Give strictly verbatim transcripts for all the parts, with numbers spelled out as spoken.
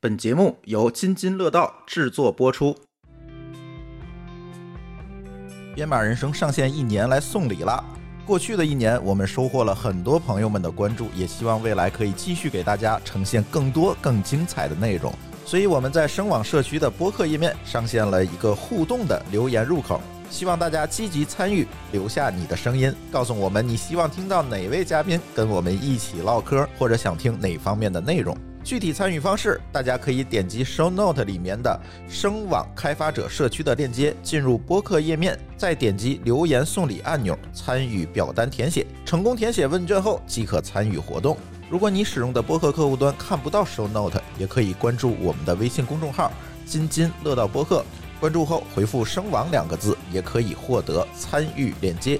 本节目由津津乐道制作播出。编码人生上线一年来送礼了。过去的一年，我们收获了很多朋友们的关注，也希望未来可以继续给大家呈现更多更精彩的内容。所以我们在声网社区的播客页面上线了一个互动的留言入口，希望大家积极参与，留下你的声音，告诉我们你希望听到哪位嘉宾跟我们一起唠嗑，或者想听哪方面的内容。具体参与方式，大家可以点击 show note 里面的声网开发者社区的链接，进入播客页面，再点击留言送礼按钮，参与表单填写，成功填写问卷后即可参与活动。如果你使用的播客客户端看不到 show note， 也可以关注我们的微信公众号津津乐道播客，关注后回复声网两个字，也可以获得参与链接。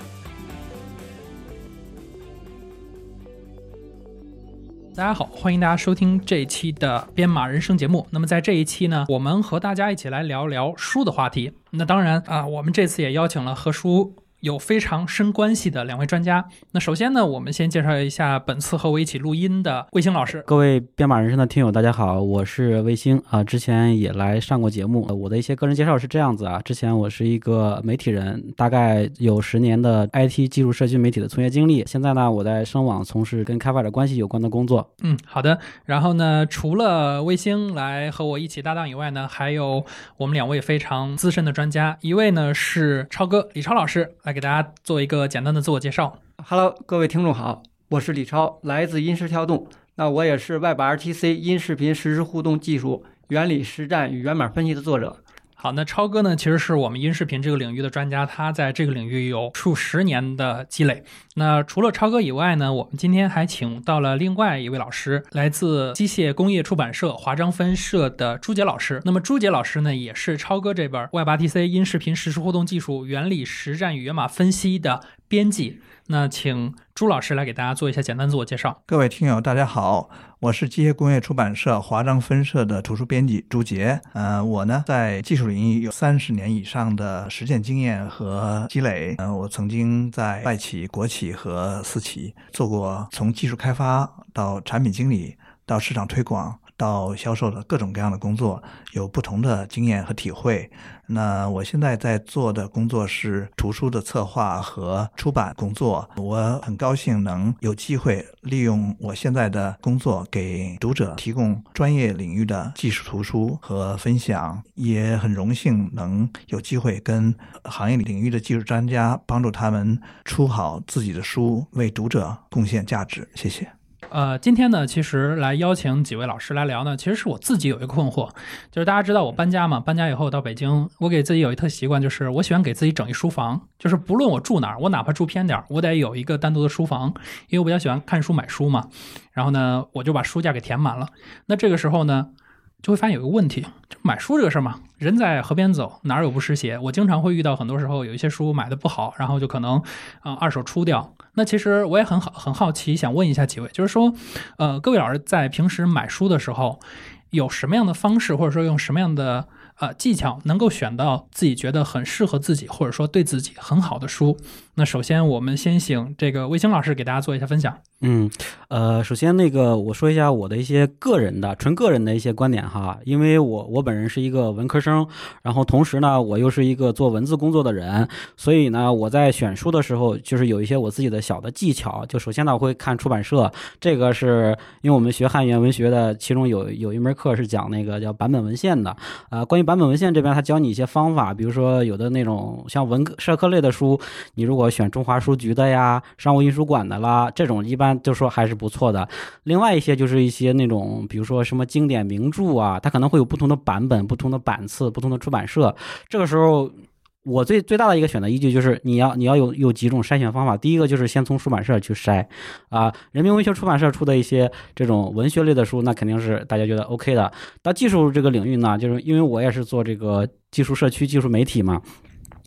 大家好，欢迎大家收听这一期的编码人生节目。那么在这一期呢，我们和大家一起来聊聊书的话题。那当然啊，我们这次也邀请了和书有非常深关系的两位专家。那首先呢，我们先介绍一下本次和我一起录音的卫星老师。 各位编码人生的听友大家好，我是卫星啊，之前也来上过节目。我的一些个人介绍是这样子啊，之前我是一个媒体人，大概有十年的 I T 技术社区媒体的从业经历。现在呢，我在声网从事跟开发者关系有关的工作。 嗯，好的。然后呢，除了卫星来和我一起搭档以外呢，还有我们两位非常资深的专家，一位呢是超哥李超老师，来给大家做一个简单的自我介绍。 Hello， 各位听众好，我是李超，来自音视跳动。那我也是 Web R T C 音视频实时互动技术原理实战与源码分析的作者。 好，那超哥呢，其实是我们音视频这个领域的专家，他在这个领域有数十年的积累。那除了超哥以外呢，我们今天还请到了另外一位老师，来自机械工业出版社华章分社的朱杰老师。那么朱杰老师呢，也是超哥这本 Web R T C 音视频实时互动技术原理实战与源码分析的编辑。那请朱老师来给大家做一下简单自我介绍。 各位听友大家好，我是机械工业出版社华章分社的图书编辑朱杰。呃，我呢在技术领域有三十年以上的实践经验和积累。呃，我曾经在外企、国企和私企做过从技术开发到产品经理到市场推广到销售的各种各样的工作，有不同的经验和体会。那我现在在做的工作是图书的策划和出版工作，我很高兴能有机会利用我现在的工作给读者提供专业领域的技术图书和分享，也很荣幸能有机会跟行业领域的技术专家帮助他们出好自己的书，为读者贡献价值。谢谢。 呃，今天呢，其实来邀请几位老师来聊呢，其实是我自己有一个困惑，就是大家知道我搬家嘛，搬家以后到北京，我给自己有一特习惯，就是我喜欢给自己整一书房，就是不论我住哪儿，我哪怕住偏点，我得有一个单独的书房，因为我比较喜欢看书买书嘛。然后呢，我就把书架给填满了。那这个时候呢，就会发现有一个问题，就买书这个事儿嘛，人在河边走，哪有不湿鞋？我经常会遇到很多时候有一些书买的不好，然后就可能呃二手出掉。那其实我也很好很好奇，想问一下几位，就是说，呃，各位老师在平时买书的时候，有什么样的方式，或者说用什么样的呃技巧，能够选到自己觉得很适合自己，或者说对自己很好的书？那首先我们先请这个卫星老师给大家做一下分享。 嗯，呃，首先那个我说一下我的一些个人的、纯个人的一些观点哈，因为我我本人是一个文科生，然后同时呢，我又是一个做文字工作的人，所以呢，我在选书的时候，就是有一些我自己的小的技巧。就首先呢，我会看出版社，这个是因为我们学汉语言文学的，其中有有一门课是讲那个叫版本文献的，呃，关于版本文献这边，他教你一些方法，比如说有的那种像文社科类的书，你如果选中华书局的呀、商务印书馆的啦，这种一般就说还是不错的。另外一些就是一些那种比如说什么经典名著啊，它可能会有不同的版本、不同的版次、不同的出版社。这个时候我最最大的一个选择依据就是你要你要有有几种筛选方法。第一个就是先从出版社去筛啊，人民文学出版社出的一些这种文学类的书，那肯定是大家觉得 OK 的。到技术这个领域呢，就是因为我也是做这个技术社区、技术媒体嘛。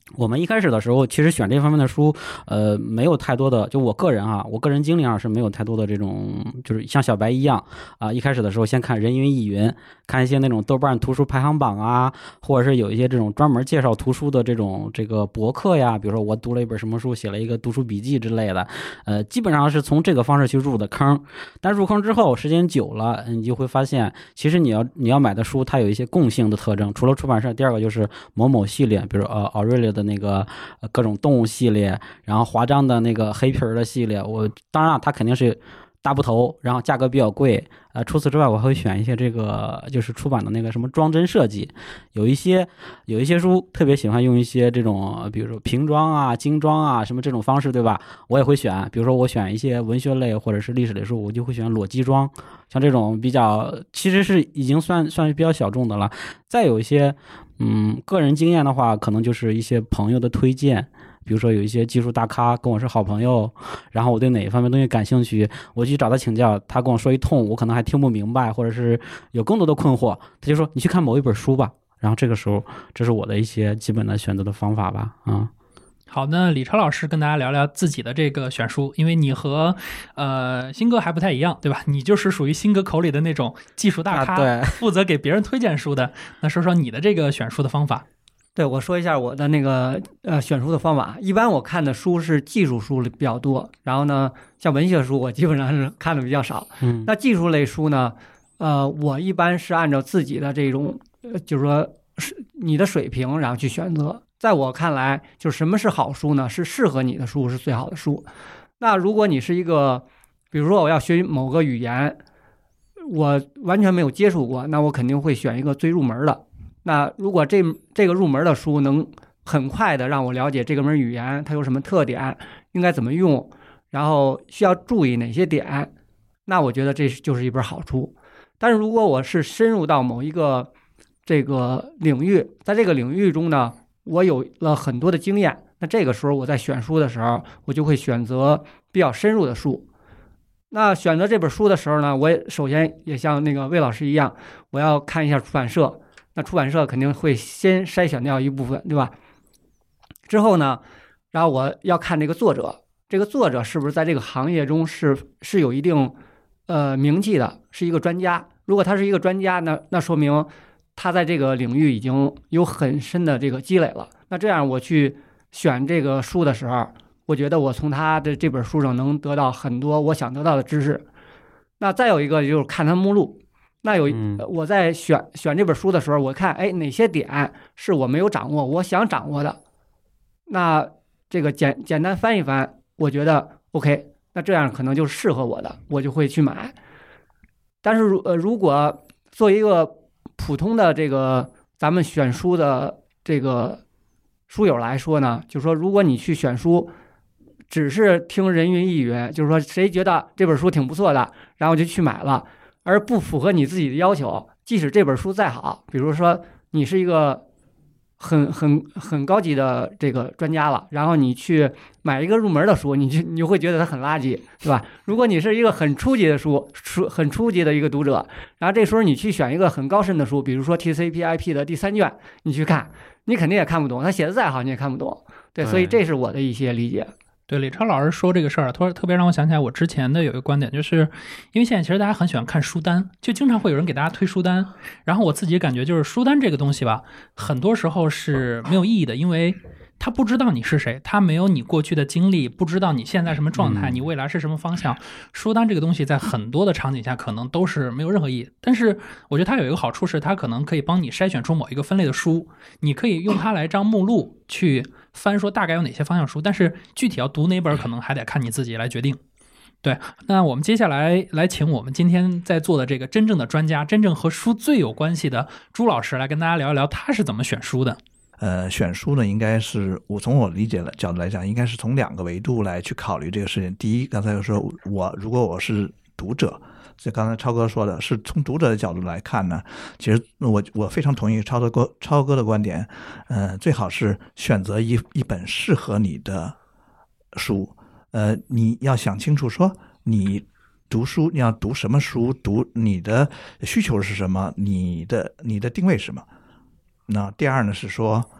我们一开始的时候，其实选这方面的书，呃，没有太多的，就我个人啊，我个人经历上是没有太多的这种，就是像小白一样啊，一开始的时候先看人云亦云，看一些那种豆瓣图书排行榜啊，或者是有一些这种专门介绍图书的这种这个博客呀，比如说我读了一本什么书，写了一个读书笔记之类的，呃，基本上是从这个方式去入的坑。但入坑之后，时间久了，你就会发现，其实你要你要买的书，它有一些共性的特征，除了出版社，第二个就是某某系列，比如呃奥瑞利的那个、呃、各种动物系列，然后华章的那个黑皮儿的系列，我当然它肯定是大部头，然后价格比较贵。呃，除此之外，我会选一些这个就是出版的那个什么装帧设计，有一些有一些书特别喜欢用一些这种，比如说平装啊、精装啊什么这种方式，对吧？我也会选，比如说我选一些文学类或者是历史类书，我就会选裸机装，像这种比较其实是已经算算是比较小众的了。再有一些，嗯，个人经验的话，可能就是一些朋友的推荐。比如说有一些技术大咖跟我是好朋友，然后我对哪一方面东西感兴趣，我去找他请教，他跟我说一通，我可能还听不明白，或者是有更多的困惑，他就说你去看某一本书吧。然后这个时候，这是我的一些基本的选择的方法吧。啊、嗯， 好，那李超老师跟大家聊聊自己的这个选书，因为你和呃新哥还不太一样，对吧？你就是属于新哥口里的那种技术大咖， 啊、对， 负责给别人推荐书的。那说说你的这个选书的方法。 对，我说一下我的那个呃选书的方法。一般我看的书是技术书比较多，然后呢，像文学书我基本上是看的比较少。 嗯， 那技术类书呢，呃，我一般是按照自己的这种，呃，就是说是你的水平，然后去选择。在我看来，就是什么是好书呢？是适合你的书是最好的书。那如果你是一个，比如说我要学某个语言，我完全没有接触过，那我肯定会选一个最入门的。那如果这这个入门的书能很快的让我了解这个门语言它有什么特点，应该怎么用，然后需要注意哪些点，那我觉得这就是一本好书。但是如果我是深入到某一个这个领域，在这个领域中呢，我有了很多的经验，那这个时候我在选书的时候，我就会选择比较深入的书。那选择这本书的时候呢，我也首先也像那个魏老师一样，我要看一下出版社。那出版社肯定会先筛选掉一部分，对吧？之后呢，然后我要看这个作者，这个作者是不是在这个行业中是是有一定呃名气的，是一个专家。如果他是一个专家，那那说明他在这个领域已经有很深的这个积累了。那这样我去选这个书的时候，我觉得我从他的这本书上能得到很多我想得到的知识。那再有一个就是看他目录。那有我在选选这本书的时候，我看哎哪些点是我没有掌握，我想掌握的，那这个简简单翻一翻，我觉得 OK， 那这样可能就适合我的，我就会去买。但是如呃如果作为一个普通的这个咱们选书的这个书友来说呢，就是说如果你去选书，只是听人云亦云，就是说谁觉得这本书挺不错的，然后就去买了。而不符合你自己的要求，即使这本书再好，比如说你是一个很很很高级的这个专家了，然后你去买一个入门的书，你就你就会觉得它很垃圾，对吧？如果你是一个很初级的书，初很初级的一个读者，然后这时候你去选一个很高深的书，比如说 T C P I P 的第三卷，你去看，你肯定也看不懂，他写的再好你也看不懂，对，所以这是我的一些理解。 对，李超老师说这个事儿，特特别让我想起来我之前的有一个观点，就是因为现在其实大家很喜欢看书单，就经常会有人给大家推书单，然后我自己感觉就是书单这个东西吧，很多时候是没有意义的，因为他不知道你是谁，他没有你过去的经历，不知道你现在什么状态，你未来是什么方向。书单这个东西在很多的场景下可能都是没有任何意义，但是我觉得它有一个好处是，它可能可以帮你筛选出某一个分类的书，你可以用它来当目录去翻说大概有哪些方向书，但是具体要读哪本可能还得看你自己来决定。对，那我们接下来来请我们今天在座的这个真正的专家，真正和书最有关系的朱老师来跟大家聊一聊他是怎么选书的。 呃，选书呢，应该是我从我理解的角度来讲，应该是从两个维度来去考虑这个事情。第一，刚才我说我如果我是读者，就刚才超哥说的，是从读者的角度来看呢，其实我我非常同意超哥超哥的观点，呃，最好是选择一一本适合你的书，呃，你要想清楚说你读书你要读什么书，读你的需求是什么，你的你的定位是什么。那第二呢是说，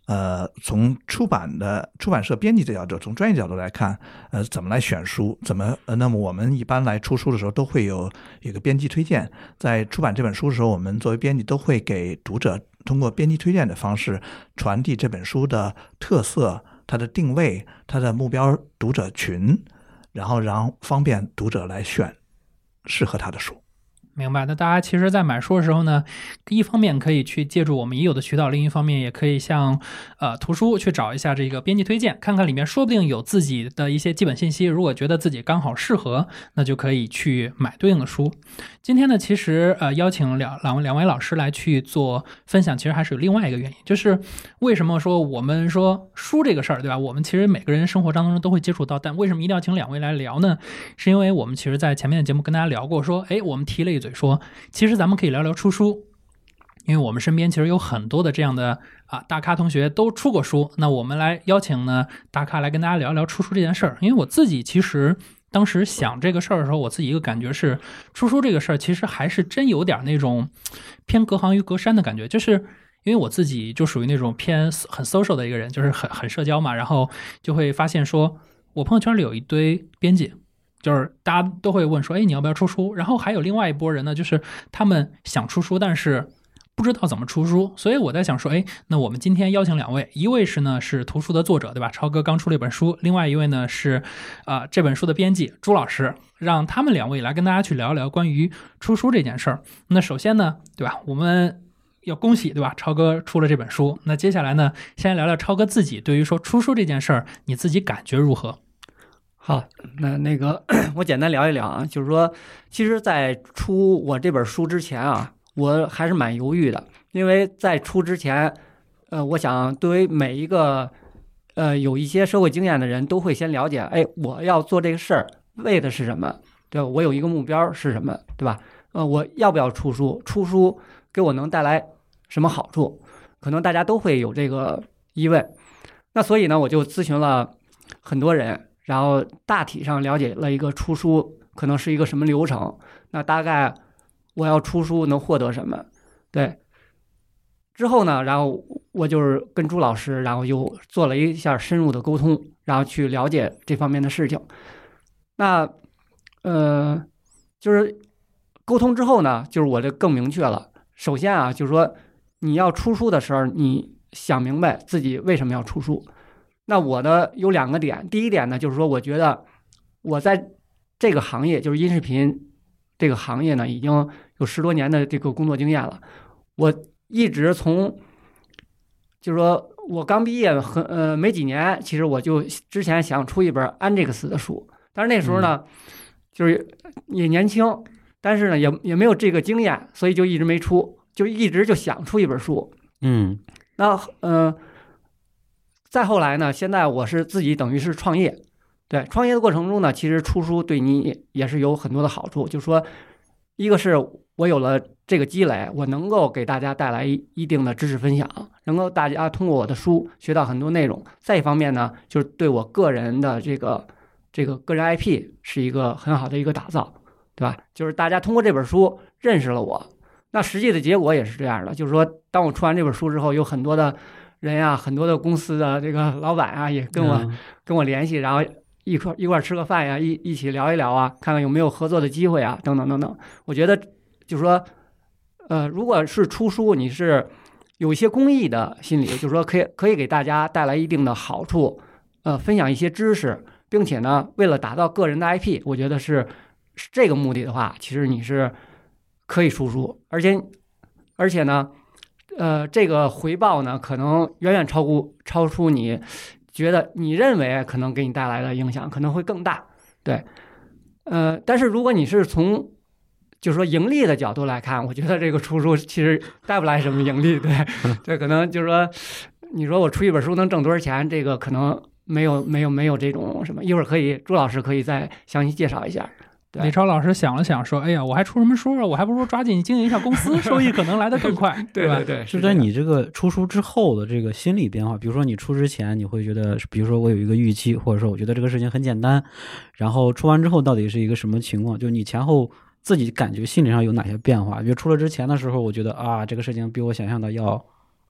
呃，从出版的出版社编辑的角度，从专业角度来看，呃，怎么来选书，怎么呃，那么我们一般来出书的时候都会有一个编辑推荐，在出版这本书的时候，我们作为编辑都会给读者通过编辑推荐的方式传递这本书的特色、它的定位、它的目标读者群，然后让方便读者来选适合他的书。 明白。那大家其实在买书的时候呢，一方面可以去借助我们已有的渠道，另一方面也可以像呃图书去找一下这个编辑推荐，看看里面说不定有自己的一些基本信息，如果觉得自己刚好适合，那就可以去买对应的书。今天呢，其实呃邀请两两两位老师来去做分享，其实还是有另外一个原因，就是为什么说我们说书这个事儿，对吧？我们其实每个人生活当中都会接触到，但为什么一定要请两位来聊呢？是因为我们其实在前面的节目跟大家聊过，说，哎，我们提了一嘴说，其实咱们可以聊聊出书，因为我们身边其实有很多的这样的啊大咖同学都出过书，那我们来邀请呢大咖来跟大家聊聊出书这件事儿。因为我自己其实当时想这个事儿的时候，我自己一个感觉是，出书这个事儿其实还是真有点那种偏隔行于隔山的感觉，就是因为我自己就属于那种偏很 social 的一个人，就是很很社交嘛，然后就会发现说，我朋友圈里有一堆编辑，就是大家都会问说，哎，你要不要出书？然后还有另外一拨人呢，就是他们想出书，但是不知道怎么出书。所以我在想说，哎，那我们今天邀请两位，一位是呢是图书的作者，对吧？超哥刚出了一本书，另外一位呢是啊、呃、这本书的编辑朱老师，让他们两位来跟大家去聊聊关于出书这件事儿。那首先呢，对吧？我们要恭喜，对吧？超哥出了这本书。那接下来呢，先聊聊超哥自己对于说出书这件事儿，你自己感觉如何？ 好，那那个我简单聊一聊啊，就是说，其实，在出我这本书之前啊，我还是蛮犹豫的，因为在出之前，呃，我想对于每一个呃有一些社会经验的人都会先了解，哎，我要做这个事儿为的是什么，对吧？我有一个目标是什么，对吧？呃，我要不要出书？出书给我能带来什么好处？可能大家都会有这个疑问。那所以呢，我就咨询了很多人。然后大体上了解了一个出书可能是一个什么流程，那大概我要出书能获得什么？对。之后呢，然后我就是跟朱老师，然后又做了一下深入的沟通，然后去了解这方面的事情。那呃，就是沟通之后呢，就是我这更明确了。首先啊，就是说你要出书的时候，你想明白自己为什么要出书。那我呢有两个点，第一点呢就是说，我觉得我在这个行业，就是音视频这个行业呢，已经有十多年的这个工作经验了。我一直从，就是说我刚毕业很呃没几年，其实我就之前想出一本安吉克斯的书，但是那时候呢，嗯、就是也年轻，但是呢也也没有这个经验，所以就一直没出，就一直就想出一本书。 嗯， 那呃。再后来呢，现在我是自己等于是创业，对，创业的过程中呢，其实出书对你也是有很多的好处，就是说，一个是我有了这个积累，我能够给大家带来一定的知识分享，能够大家通过我的书学到很多内容。再一方面呢，就是对我个人的这个这个个人 I P 是一个很好的一个打造，对吧？就是大家通过这本书认识了我，那实际的结果也是这样的，就是说，当我出完这本书之后，有很多的人呀、啊，很多的公司的这个老板啊，也跟我、嗯、跟我联系，然后一块一块吃个饭呀，一一起聊一聊啊，看看有没有合作的机会啊，等等等等。我觉得就是说，呃，如果是出书，你是有一些公益的心理，就是说可以可以给大家带来一定的好处，呃，分享一些知识，并且呢，为了达到个人的 I P， 我觉得是是这个目的的话，其实你是可以出书，而且而且呢。呃，这个回报呢，可能远远超过超出你觉得你认为可能给你带来的影响，可能会更大。对，呃，但是如果你是从就是说盈利的角度来看，我觉得这个出书其实带不来什么盈利。对，这可能就是说，你说我出一本书能挣多少钱，这个可能没有没有没有这种什么。一会儿可以朱老师可以再详细介绍一下。 李超老师想了想说：“哎呀，我还出什么书啊？我还不如抓紧经营一下公司，收益可能来得更快， 对吧？” 对对， 就在你这个出书之后的这个心理变化，比如说你出之前，你会觉得，比如说我有一个预期，或者说我觉得这个事情很简单，然后出完之后到底是一个什么情况？就你前后自己感觉心理上有哪些变化？比如出了之前的时候，我觉得啊，这个事情比我想象的要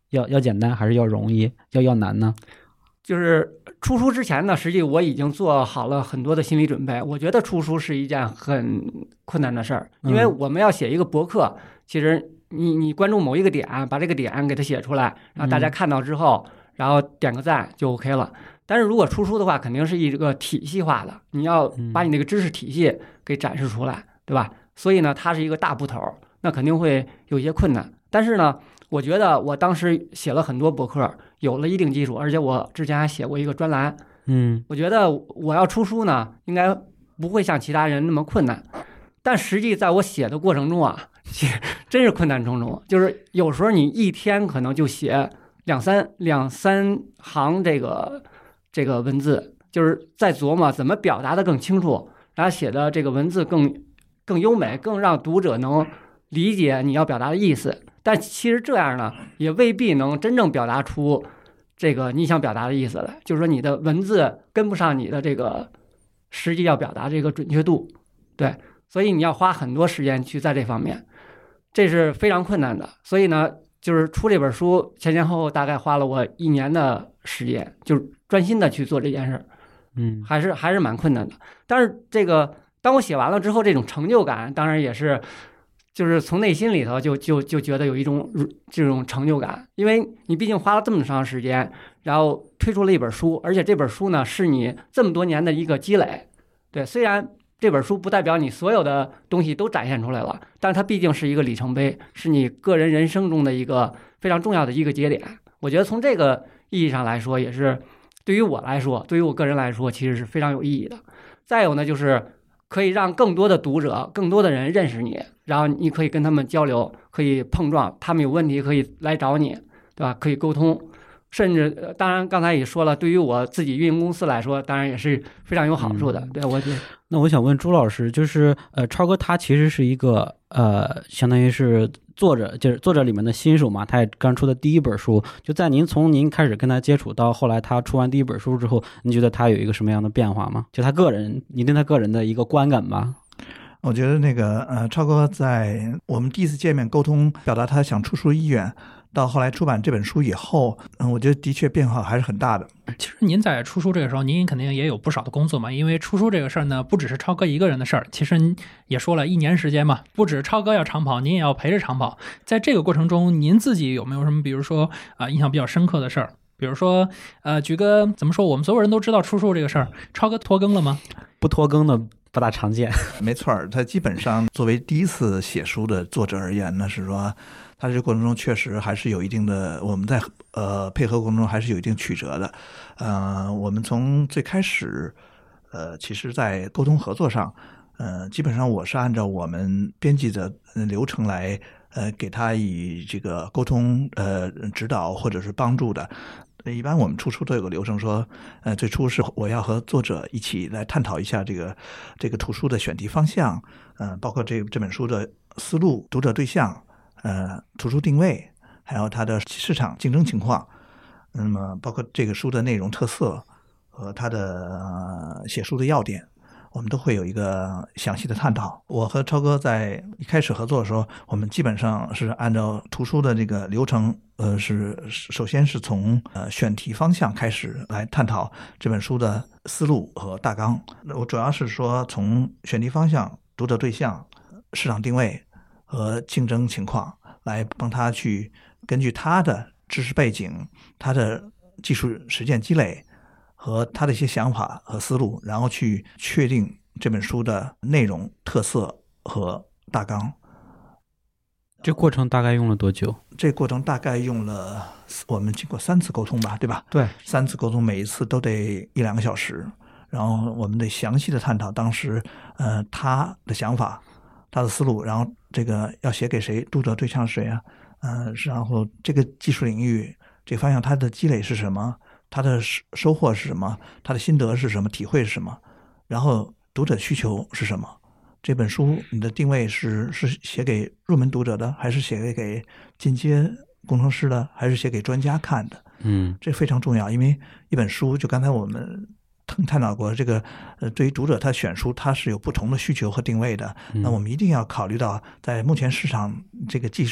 要要简单还是要容易，要要难呢？ 就是出书之前呢，实际我已经做好了很多的心理准备。我觉得出书是一件很困难的事儿，因为我们要写一个博客，其实你你关注某一个点，把这个点给它写出来，然后大家看到之后，然后点个赞就 OK 了。但是如果出书的话，肯定是一个体系化的，你要把你那个知识体系给展示出来，对吧？所以呢，它是一个大部头，那肯定会有一些困难。但是呢，我觉得我当时写了很多博客，有了一定基础，而且我之前还写过一个专栏。 嗯， 我觉得我要出书呢，应该不会像其他人那么困难。但实际在我写的过程中啊，真是困难重重。就是有时候你一天可能就写两三两三行这个这个文字，就是在琢磨怎么表达的更清楚，然后写的这个文字更更优美，更让读者能理解你要表达的意思。但其实这样呢，也未必能真正表达出这个你想表达的意思来，就是说你的文字跟不上你的这个实际要表达这个准确度，对，所以你要花很多时间去在这方面，这是非常困难的。所以呢，就是出这本书前前后后大概花了我一年的时间，就是专心的去做这件事， 嗯， 还是还是蛮困难的。但是这个当我写完了之后，这种成就感当然也是。就是从内心里头就就就觉得有一种这种成就感，因为你毕竟花了这么长时间，然后推出了一本书，而且这本书呢是你这么多年的一个积累。对，虽然这本书不代表你所有的东西都展现出来了，但它毕竟是一个里程碑，是你个人人生中的一个非常重要的一个节点。我觉得从这个意义上来说，也是对于我来说，对于我个人来说，其实是非常有意义的。再有呢，就是可以让更多的读者、更多的人认识你，然后你可以跟他们交流，可以碰撞，他们有问题可以来找你，对吧？可以沟通，甚至当然刚才也说了，对于我自己运营公司来说，当然也是非常有好处的。对，我觉得。 那我想问朱老师，就是呃，超哥他其实是一个呃，相当于是作者，就是作者里面的新手嘛，他也刚出的第一本书。就在您从您开始跟他接触到后来他出完第一本书之后，你觉得他有一个什么样的变化吗？就他个人，你对他个人的一个观感吧。 我觉得那个呃，超哥在我们第一次见面沟通，表达他想出书意愿，到后来出版这本书以后，嗯，我觉得的确变化还是很大的。 其实您在出书这个时候，您肯定也有不少的工作嘛，因为出书这个事儿呢，不只是超哥一个人的事儿。其实也说了一年时间嘛，不止超哥要长跑，您也要陪着长跑。在这个过程中，您自己有没有什么，比如说啊、呃，印象比较深刻的事儿？比如说，呃，举个怎么说，我们所有人都知道出书这个事儿，超哥拖更了吗？ 不拖更的不大常见。 没错，他基本上作为第一次写书的作者而言呢，是说他这个过程中确实还是有一定的，我们在呃配合过程中还是有一定曲折的。呃，我们从最开始，呃，其实在沟通合作上，呃，基本上我是按照我们编辑的流程来，呃，给他以这个沟通呃指导或者是帮助的。一般我们出书都有个流程说，呃，最初是我要和作者一起来探讨一下这个这个图书的选题方向，嗯、呃，包括这这本书的思路、读者对象，呃，图书定位，还有它的市场竞争情况，那么包括这个书的内容特色和它的、呃、写书的要点。我们都会有一个详细的探讨。我和超哥在一开始合作的时候，我们基本上是按照图书的这个流程，呃，是首先是从呃选题方向开始来探讨这本书的思路和大纲。我主要是说从选题方向、读者对象、市场定位和竞争情况来帮他去根据他的知识背景、他的技术实践积累和他的一些想法和思路，然后去确定这本书的内容、特色和大纲。 这过程大概用了多久？ 这过程大概用了我们经过三次沟通吧，对吧？ 对， 三次沟通，每一次都得一两个小时，然后我们得详细的探讨当时呃他的想法、他的思路，然后这个要写给谁，读者对象是谁啊？呃，然后这个技术领域这个方向他的积累是什么？他的收获是什么？他的心得是什么？体会是什么？然后读者需求是什么？这本书你的定位是是写给入门读者的，还是写给进阶工程师的，还是写给专家看的？ 嗯， 这非常重要，因为一本书就刚才我们探讨过，这个呃，对于读者他选书他是有不同的需求和定位的。 嗯、 那我们一定要考虑到，在目前市场这个技术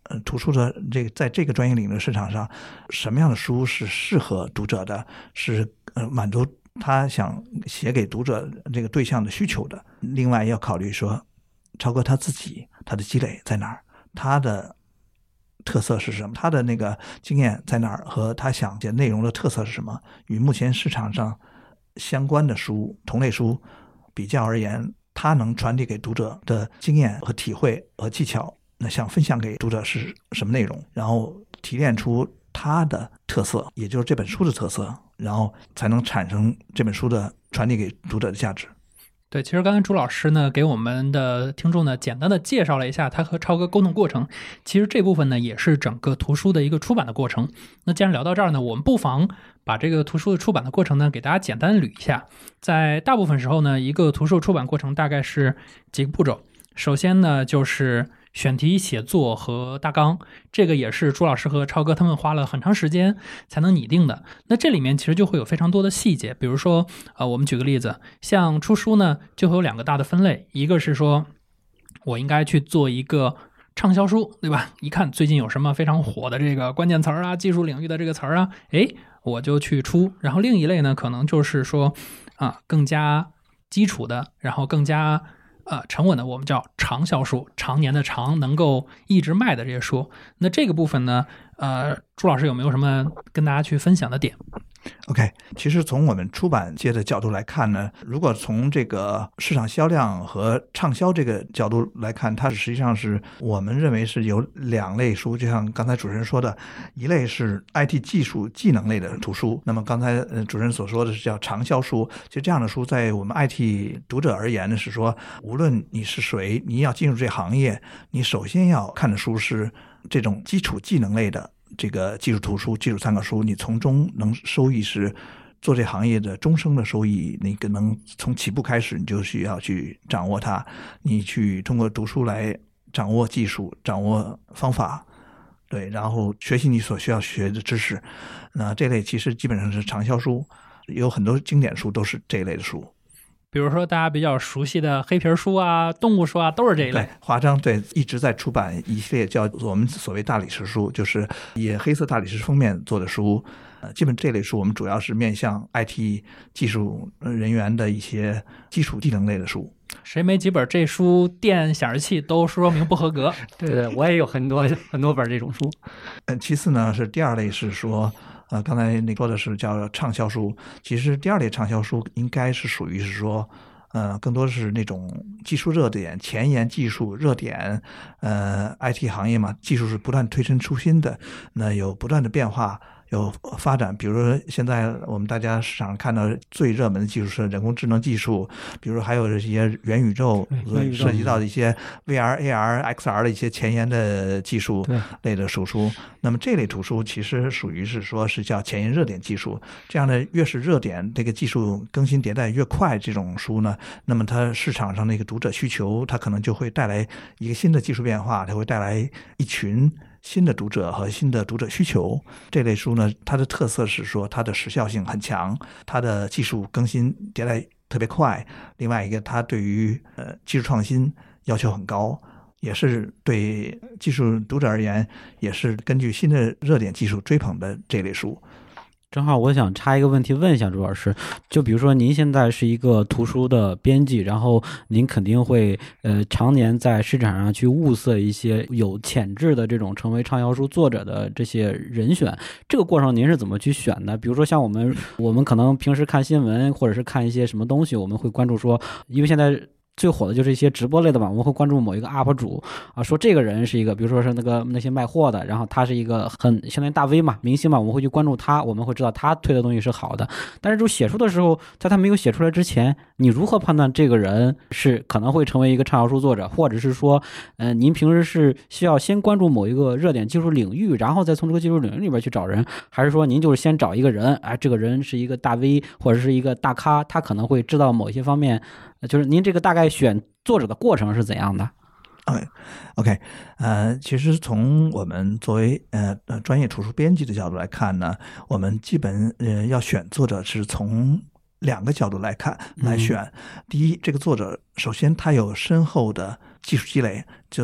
呃图书的这个在这个专业领域的市场上，什么样的书是适合读者的，是呃满足他想写给读者这个对象的需求的。另外要考虑说，超哥他自己他的积累在哪儿，他的特色是什么，他的那个经验在哪儿，和他想写内容的特色是什么，与目前市场上相关的书同类书比较而言，他能传递给读者的经验和体会和技巧，那想分享给读者是什么内容，然后提炼出他的特色，也就是这本书的特色，然后才能产生这本书的传递给读者的价值。 对，其实刚才朱老师呢给我们的听众呢简单的介绍了一下他和超哥沟通过程，其实这部分呢也是整个图书的一个出版的过程。那既然聊到这儿呢，我们不妨把这个图书的出版的过程呢给大家简单捋一下。在大部分时候呢，一个图书出版过程大概是几个步骤。首先呢就是选题、写作和大纲，这个也是朱老师和超哥他们花了很长时间才能拟定的。那这里面其实就会有非常多的细节，比如说呃，我们举个例子，像出书呢就会有两个大的分类，一个是说我应该去做一个畅销书，对吧？一看最近有什么非常火的这个关键词儿啊，技术领域的这个词儿啊，诶，我就去出。然后另一类呢可能就是说啊，更加基础的，然后更加呃，沉稳的我们叫长销书，常年的长，能够一直卖的这些书。那这个部分呢，呃，朱老师有没有什么跟大家去分享的点？ OK， 其实从我们出版界的角度来看呢，如果从这个市场销量和畅销这个角度来看，它实际上是我们认为是有两类书，就像刚才主持人说的，一类是 I T 技术技能类的图书，那么刚才主持人所说的是叫长销书。其实这样的书在我们 I T 读者而言呢，是说无论你是谁，你要进入这行业，你首先要看的书是这种基础技能类的这个技术图书、技术参考书，你从中能收益是做这行业的终生的收益。那个能从起步开始，你就需要去掌握它，你去通过读书来掌握技术、掌握方法，对，然后学习你所需要学的知识。那这类其实基本上是长销书，有很多经典书都是这一类的书。 比如说大家比较熟悉的黑皮书啊、动物书啊，都是这一类。 华章对一直在出版一系列叫我们所谓大理石书，就是以黑色大理石封面做的书。呃，基本这类书我们主要是面向 I T 技术人员的一些基础技能类的书。 谁没几本这书电显示器都说明不合格。 对对，我也有很多很多本这种书。 呃，其次呢是第二类是说。呃，刚才你说的是叫畅销书，其实第二类畅销书应该是属于是说，呃，更多是那种技术热点、前沿技术热点，呃 ，I T 行业嘛，技术是不断推陈出新的，那有不断的变化。有发展，比如说现在我们大家市场上看到最热门的技术是人工智能技术，比如还有这些元宇宙，涉及到一些 V R、A R、X R 的一些前沿的技术类的书书。那么这类图书其实属于是说是叫前沿热点技术，这样的越是热点，这个技术更新迭代越快，这种书呢，那么它市场上的一个读者需求，它可能就会带来一个新的技术变化，它会带来一群新的读者和新的读者需求。这类书呢，它的特色是说它的时效性很强，它的技术更新迭代特别快，另外一个它对于呃技术创新要求很高，也是对技术读者而言也是根据新的热点技术追捧的这类书。 正好我想插一个问题问一下朱老师，就比如说您现在是一个图书的编辑，然后您肯定会呃常年在市场上去物色一些有潜质的这种成为畅销书作者的这些人选，这个过程您是怎么去选的？比如说像我们我们可能平时看新闻或者是看一些什么东西，我们会关注说，因为现在最火的就是一些直播类的吧，我们会关注某一个 U P 主啊，说这个人是一个，比如说是那个那些卖货的，然后他是一个很相当于大 V 嘛，明星嘛，我们会去关注他，我们会知道他推的东西是好的。但是就写书的时候，在他没有写出来之前，你如何判断这个人是可能会成为一个畅销书作者，或者是说，呃，您平时是需要先关注某一个热点技术领域，然后再从这个技术领域里边去找人，还是说您就是先找一个人，哎，这个人是一个大 V 或者是一个大咖，他可能会知道某些方面，就是您这个大概选作者的过程是怎样的？ OK OK， 呃，其实从我们作为呃专业图书编辑的角度来看呢，我们基本呃要选作者是从两个角度来看来选。嗯、第一，这个作者首先他有深厚的技术积累，就在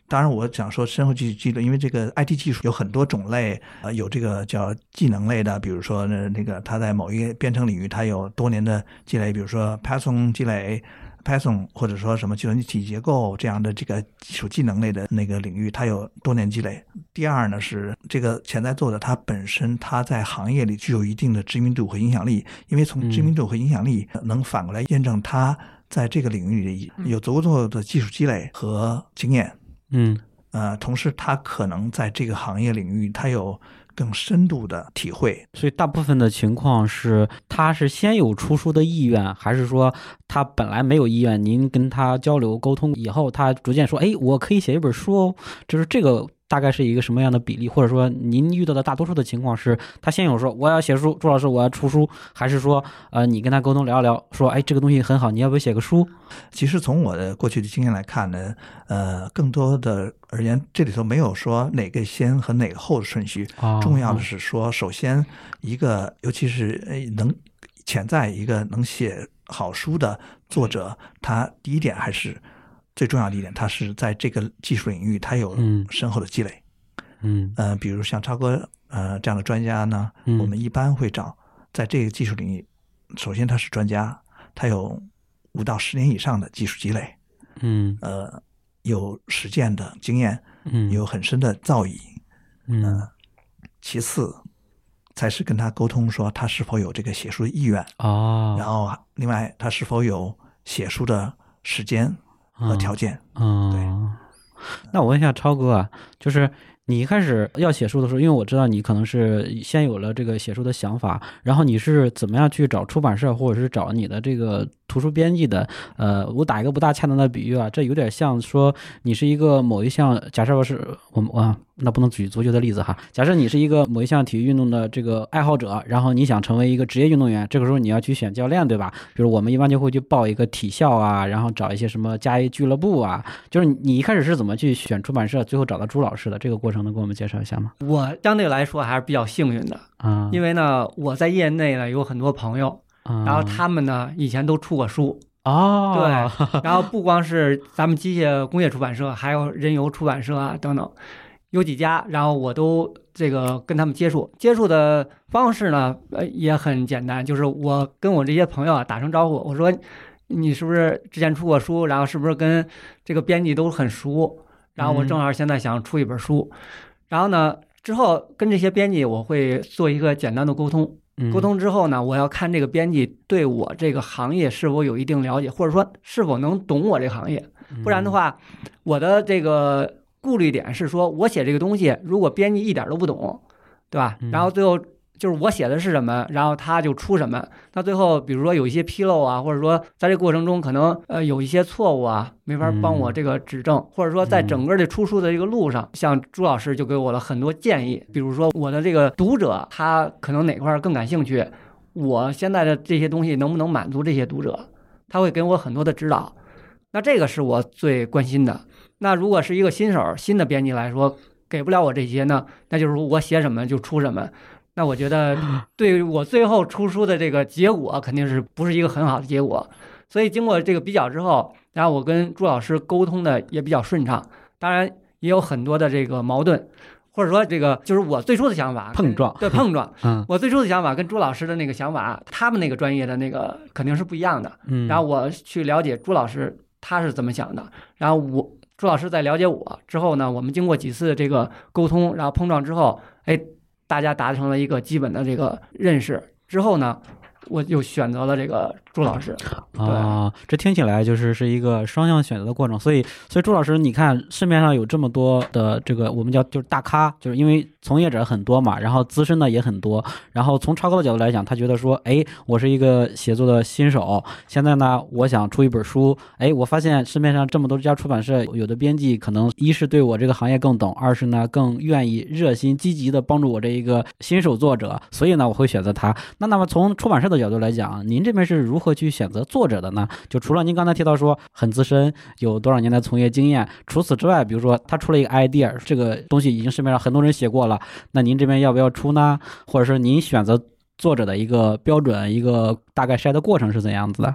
当然，我想说深厚技术积累，因为这个 I T 技术有很多种类，呃，有这个叫技能类的，比如说呢，那个它在某一个编程领域它有多年的积累，比如说 Python 积累。Python 或者说什么计算机体结构这样的这个基础技能类的那个领域，它有多年积累。第二呢是这个潜在作者他本身他在行业里具有一定的知名度和影响力，因为从知名度和影响力能反过来验证他在这个领域里有足够的技术积累和经验。 嗯， 呃，同时他可能在这个行业领域他有更深度的体会。 所以大部分的情况是他是先有出书的意愿，还是说他本来没有意愿，您跟他交流沟通以后他逐渐说哎，我可以写一本书哦，就是这个大概是一个什么样的比例？或者说您遇到的大多数的情况是他先有说我要写书，朱老师我要出书，还是说呃你跟他沟通聊一聊说哎这个东西很好，你要不要写个书？ 其实从我的过去的经验来看呢，呃，更多的而言，这里头没有说哪个先和哪个后的顺序， 哦、 重要的是说，首先一个，尤其是能潜在一个能写好书的作者，他第一点还是最重要的一点，他是在这个技术领域他有深厚的积累。 嗯， 呃，比如像超哥呃这样的专家呢， 嗯、 我们一般会找在这个技术领域，首先他是专家，他有五到十年以上的技术积累， 嗯， 呃，有实践的经验， 嗯， 有很深的造诣， 嗯、 呃，其次才是跟他沟通说他是否有这个写书的意愿， 哦， 然后另外他是否有写书的时间和条件， 嗯， 对。 那我问一下超哥啊，就是你一开始要写书的时候，因为我知道你可能是先有了这个写书的想法，然后你是怎么样去找出版社或者是找你的这个图书编辑的？呃，我打一个不大恰当的比喻啊，这有点像说你是一个某一项，假设我是我们啊，那不能举足球的例子哈。假设你是一个某一项体育运动的这个爱好者，然后你想成为一个职业运动员，这个时候你要去选教练，对吧？比如我们一般就会去报一个体校啊，然后找一些什么嘉义俱乐部啊。就是你一开始是怎么去选出版社，最后找到朱老师的？这个过程能给我们介绍一下吗？ 我相对来说还是比较幸运的啊， 因为呢，我在业内呢有很多朋友， 啊、 然后他们呢以前都出过书。 哦， 对，然后不光是咱们机械工业出版社，还有人游出版社啊等等，有几家，然后我都这个跟他们接触，接触的方式呢，呃也很简单，就是我跟我这些朋友啊打声招呼，我说你是不是之前出过书，然后是不是跟这个编辑都很熟，然后我正好现在想出一本书，嗯、然后呢之后跟这些编辑我会做一个简单的沟通。沟通之后呢，我要看这个编辑对我这个行业是否有一定了解，或者说是否能懂我这个行业。不然的话，我的这个顾虑点是说，我写这个东西，如果编辑一点都不懂，对吧？然后最后就是我写的是什么，然后他就出什么。那最后比如说有一些纰漏啊，或者说在这个过程中可能呃有一些错误啊，没法帮我这个指正，或者说在整个这出书的这个路上，像朱老师就给我了很多建议，比如说我的这个读者他可能哪块更感兴趣，我现在的这些东西能不能满足这些读者，他会给我很多的指导。那这个是我最关心的。那如果是一个新手新的编辑来说，给不了我这些呢，那就是我写什么就出什么。那我觉得对我最后出书的这个结果肯定是不是一个很好的结果。所以经过这个比较之后，然后我跟朱老师沟通的也比较顺畅，当然也有很多的这个矛盾，或者说这个就是我最初的想法碰撞， 对碰撞， 嗯， 我最初的想法跟朱老师的那个想法，他们那个专业的那个肯定是不一样的， 嗯， 然后我去了解朱老师他是怎么想的，然后我朱老师在了解我之后呢，我们经过几次这个沟通，然后碰撞之后，哎，大家达成了一个基本的这个认识之后呢，我就选择了这个朱老师啊，这听起来就是是一个双向选择的过程。所以，所以朱老师，你看市面上有这么多的这个我们叫就是大咖，就是因为从业者很多嘛，然后资深的也很多。然后从超哥的角度来讲，他觉得说，哎，我是一个写作的新手，现在呢，我想出一本书。哎，我发现市面上这么多家出版社，有的编辑可能一是对我这个行业更懂，二是呢更愿意热心积极的帮助我这一个新手作者，所以呢，我会选择他。那那么从出版社的角度来讲，您这边是如何去选择作者的呢？就除了您刚才提到说很资深，有多少年的从业经验，除此之外，比如说他出了一个 idea， 这个东西已经市面上很多人写过了，那您这边要不要出呢？或者是您选择作者的一个标准，一个大概筛的过程是怎样子的？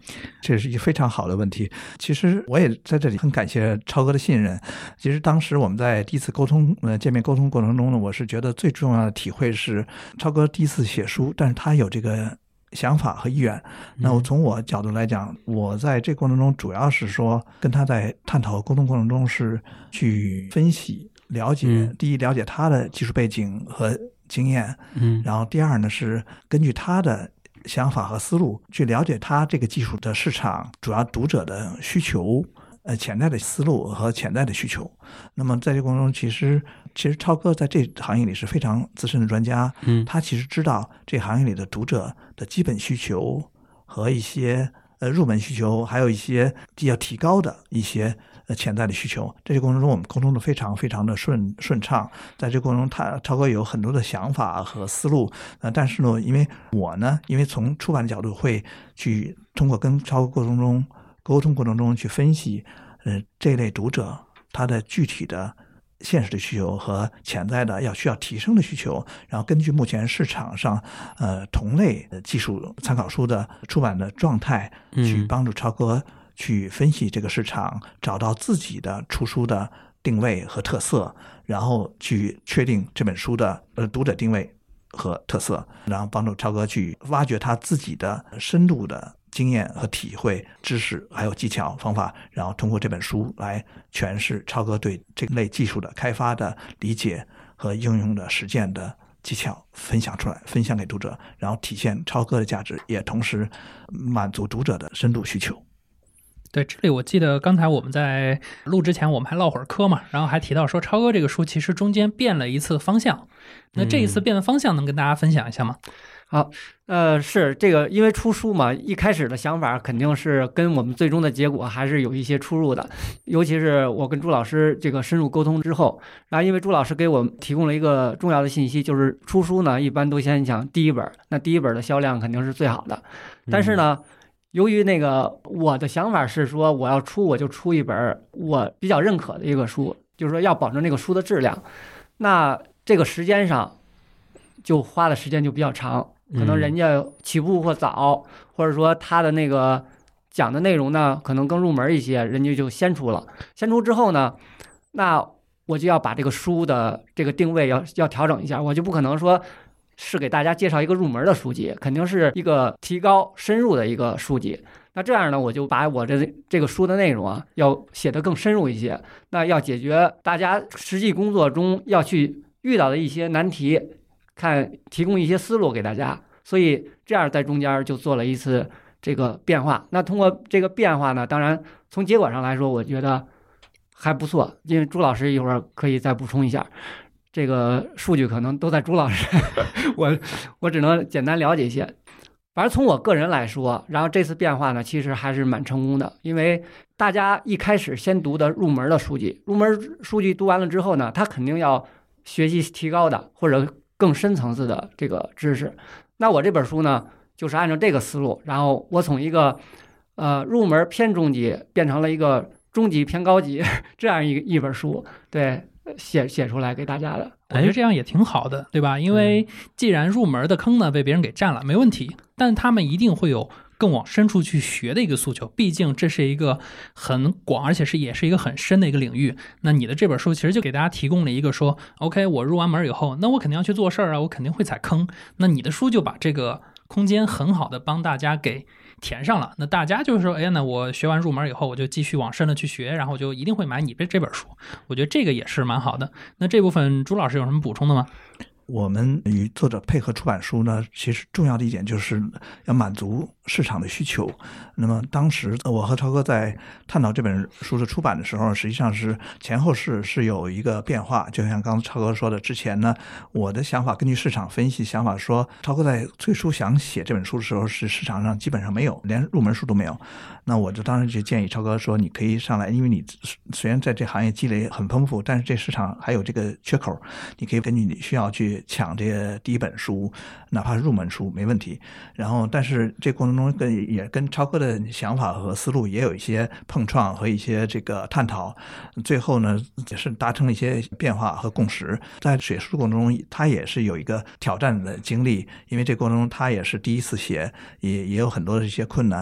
这是一个非常好的问题。其实我也在这里很感谢超哥的信任。其实当时我们在第一次沟通呃见面沟通过程中呢，我是觉得最重要的体会是超哥第一次写书，但是他有这个想法和意愿。那我从我角度来讲，我在这个过程中主要是说跟他在探讨沟通过程中是去分析了解、嗯、第一了解他的技术背景和经验， 嗯， 然后第二呢是根据他的想法和思路去了解他这个技术的市场主要读者的需求，呃，潜在的思路和潜在的需求。那么在这个过程中，其实其实超哥在这行业里是非常资深的专家， 嗯， 他其实知道这行业里的读者的基本需求和一些呃入门需求，还有一些要提高的一些呃潜在的需求。这个过程中我们沟通的非常非常的顺顺畅。在这个过程中，他超哥有很多的想法和思路，呃，但是呢，因为我呢，因为从出版的角度会去通过跟超哥过程中沟通过程中去分析，呃，这类读者他的具体的现实的需求和潜在的要需要提升的需求，然后根据目前市场上呃同类技术参考书的出版的状态，去帮助超哥去分析这个市场，找到自己的出书的定位和特色，然后去确定这本书的呃读者定位和特色，然后帮助超哥去挖掘他自己的深度的经验和体会、知识还有技巧方法，然后通过这本书来诠释超哥对这类技术的开发的理解和应用的实践的技巧分享出来，分享给读者，然后体现超哥的价值，也同时满足读者的深度需求。 对，这里我记得刚才我们在录之前我们还唠会儿嗑嘛，然后还提到说超哥这个书其实中间变了一次方向，那这一次变的方向能跟大家分享一下吗？ 好，呃，是这个，因为出书嘛，一开始的想法肯定是跟我们最终的结果还是有一些出入的。尤其是我跟朱老师这个深入沟通之后，然后因为朱老师给我们提供了一个重要的信息，就是出书呢一般都先讲第一本，那第一本的销量肯定是最好的。但是呢，嗯、由于那个我的想法是说，我要出我就出一本我比较认可的一个书，就是说要保证这个书的质量。那这个时间上就花的时间就比较长。可能人家起步或早，或者说他的那个讲的内容呢，可能更入门一些，人家就先出了。先出之后呢，那我就要把这个书的这个定位要要调整一下，我就不可能说是给大家介绍一个入门的书籍，肯定是一个提高深入的一个书籍。那这样呢，我就把我这这个书的内容啊，要写得更深入一些，那要解决大家实际工作中要去遇到的一些难题。看提供一些思路给大家，所以这样在中间就做了一次这个变化。那通过这个变化呢，当然从结果上来说，我觉得还不错。因为朱老师一会儿可以再补充一下，这个数据可能都在朱老师，我我只能简单了解一些。反正从我个人来说，然后这次变化呢，其实还是蛮成功的，因为大家一开始先读的入门的书籍，入门书籍读完了之后呢，他肯定要学习提高的或者更深层次的这个知识。那我这本书呢，就是按照这个思路，然后我从一个呃入门偏中级变成了一个中级偏高级这样一一本书，对，写写出来给大家的。 我觉得这样也挺好的，对吧？因为既然入门的坑呢被别人给占了，没问题，但他们一定会有更往深处去学的一个诉求，毕竟这是一个很广，而且是也是一个很深的一个领域。那你的这本书其实就给大家提供了一个说 OK 我入完门以后，那我肯定要去做事儿啊，我肯定会踩坑，那你的书就把这个空间很好的帮大家给填上了。那大家就是说，哎，那我学完入门以后，我就继续往深的去学，然后我就一定会买你这本书。我觉得这个也是蛮好的。那这部分朱老师有什么补充的吗？ 我们与作者配合出版书呢，其实重要的一点就是要满足市场的需求。那么当时我和超哥在探讨这本书的出版的时候，实际上是前后是是有一个变化。就像刚才超哥说的，之前呢，我的想法根据市场分析想法说，超哥在最初想写这本书的时候，是市场上基本上没有，连入门书都没有。那我就当时就建议超哥说，你可以上来，因为你虽然在这行业积累很丰富，但是这市场还有这个缺口，你可以根据你需要去抢这个第一本书，哪怕是入门书没问题。然后但是这过程中跟也跟超哥的想法和思路也有一些碰撞和一些这个探讨，最后呢也是达成了一些变化和共识。在写书过程中他也是有一个挑战的经历，因为这过程中他也是第一次写，也也有很多的一些困难，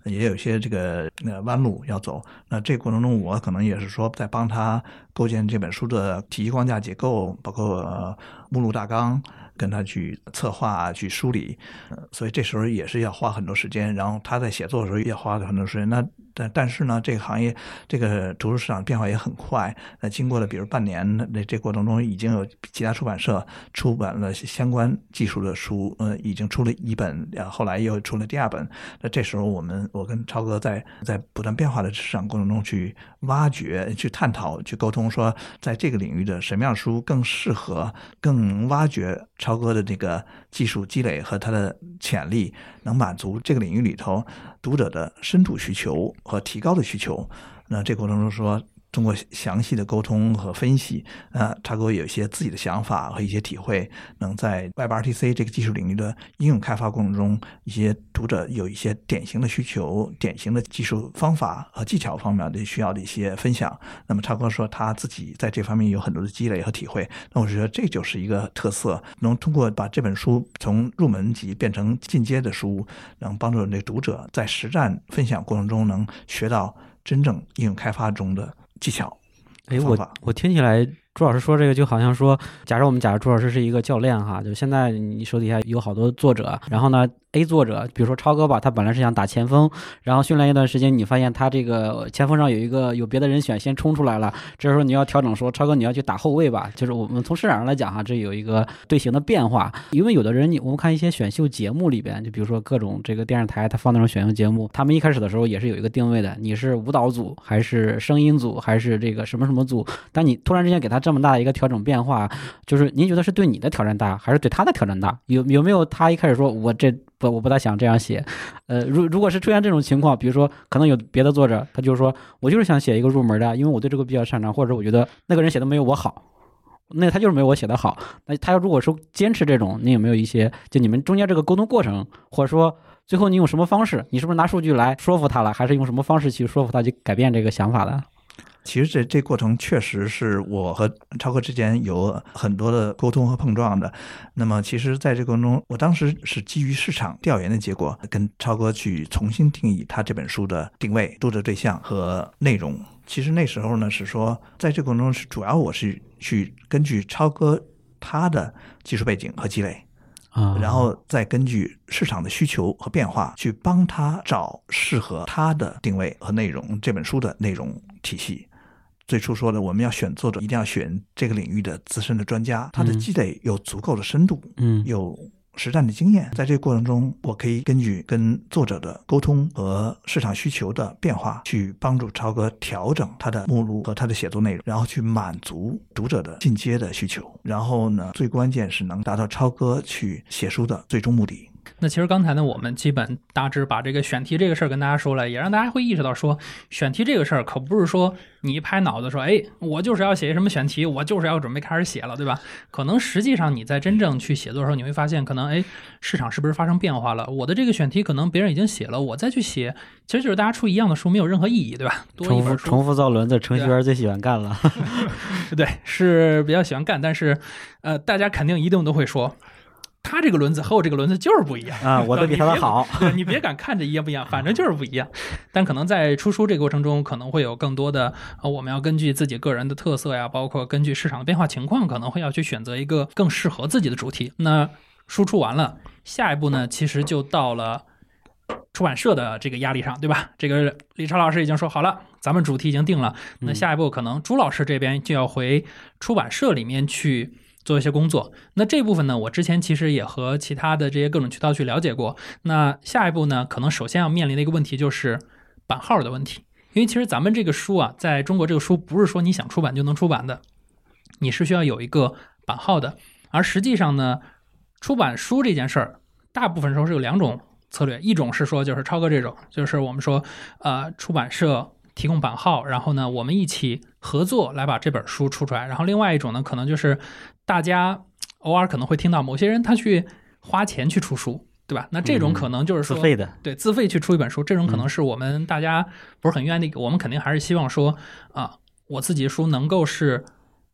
也有一些这个呃弯路要走。那这个过程中，我可能也是说在帮他构建这本书的体系框架结构，包括、呃、目录大纲，跟他去策划去梳理、呃，所以这时候也是要花很多时间。然后他在写作的时候也花了很多时间。那但但是呢，这个行业这个图书市场变化也很快。那经过了比如半年的这过程中，已经有其他出版社出版了相关技术的书，呃，已经出了一本，后来又出了第二本。那这时候我们我跟超哥在在不断变化的市场过程中去挖掘、去探讨、去沟通，说在这个领域的什么样的书更适合、更挖掘超哥的这个技术积累和他的潜力，能满足这个领域里头读者的深度需求和提高的需求。那这个过程中说，通过详细的沟通和分析，呃，超哥有一些自己的想法和一些体会，能在 Web R T C 这个技术领域的应用开发过程中，一些读者有一些典型的需求、典型的技术方法和技巧方面的需要的一些分享。那么超哥说他自己在这方面有很多的积累和体会，那我觉得这就是一个特色，能通过把这本书从入门级变成进阶的书，能帮助那个读者在实战分享过程中能学到真正应用开发中的技巧。 哎，我我听起来朱老师说这个就好像说，假如我们假如朱老师是一个教练哈，就现在你手底下有好多作者，然后呢 A 作者，比如说超哥吧，他本来是想打前锋，然后训练一段时间，你发现他这个前锋上有一个有别的人选先冲出来了，这时候你要调整说，超哥你要去打后卫吧，就是我们从市场上来讲哈，这有一个队形的变化。因为有的人我们看一些选秀节目里边，就比如说各种这个电视台他放那种选秀节目，他们一开始的时候也是有一个定位的，你是舞蹈组还是声音组还是这个什么什么组，但你突然之间给他这么大的一个调整变化，就是您觉得是对你的挑战大还是对他的挑战大？有有没有他一开始说我这不我不大想这样写，呃，如如果是出现这种情况，比如说可能有别的作者，他就是说我就是想写一个入门的，因为我对这个比较擅长，或者我觉得那个人写的没有我好，那他就是没有我写的好。那他如果说坚持这种，你有没有一些就你们中间这个沟通过程，或者说最后你用什么方式，你是不是拿数据来说服他了，还是用什么方式去说服他去改变这个想法的？ 其实这这过程确实是我和超哥之间有很多的沟通和碰撞的。那么其实在这个过程中，我当时是基于市场调研的结果，跟超哥去重新定义他这本书的定位、读者对象和内容。其实那时候呢是说，在这个过程中是主要我是去根据超哥他的技术背景和积累，然后再根据市场的需求和变化去帮他找适合他的定位和内容，这本书的内容体系。最初说的，我们要选作者，一定要选这个领域的资深的专家，他的积累有足够的深度，嗯，有实战的经验。在这个过程中，我可以根据跟作者的沟通和市场需求的变化，去帮助超哥调整他的目录和他的写作内容，然后去满足读者的进阶的需求。然后呢，最关键是能达到超哥去写书的最终目的。 那其实刚才呢，我们基本大致把这个选题这个事儿跟大家说了，也让大家会意识到说，选题这个事儿可不是说你一拍脑子说，哎，我就是要写什么选题，我就是要准备开始写了，对吧？可能实际上你在真正去写作的时候，你会发现，可能哎，市场是不是发生变化了？我的这个选题可能别人已经写了，我再去写，其实就是大家出一样的书没有任何意义，对吧？多一本书重复造轮子，程序员最喜欢干了。 对，是比较喜欢干，但是呃，大家肯定一定都会说，他这个轮子和我这个轮子就是不一样啊，我的比他的好。 你别敢看着一样不一样，反正就是不一样。但可能在出书这个过程中，可能会有更多的呃，我们要根据自己个人的特色呀，包括根据市场的变化情况，可能会要去选择一个更适合自己的主题。那输出完了，下一步呢，其实就到了出版社的这个压力上，对吧？这个李超老师已经说好了，咱们主题已经定了，那下一步可能朱老师这边就要回出版社里面去做一些工作。那这部分呢，我之前其实也和其他的这些各种渠道去了解过。那下一步呢，可能首先要面临的一个问题就是版号的问题。因为其实咱们这个书啊，在中国这个书不是说你想出版就能出版的，你是需要有一个版号的。而实际上呢，出版书这件事儿，大部分时候是有两种策略，一种是说就是超哥这种，就是我们说呃出版社提供版号，然后呢我们一起合作来把这本书出出来。然后另外一种呢，可能就是大家偶尔可能会听到某些人他去花钱去出书，对吧？那这种可能就是说、 嗯、自费的， 对，自费去出一本书，这种可能是我们大家不是很愿意的。我们肯定还是希望说啊，我自己的书能够是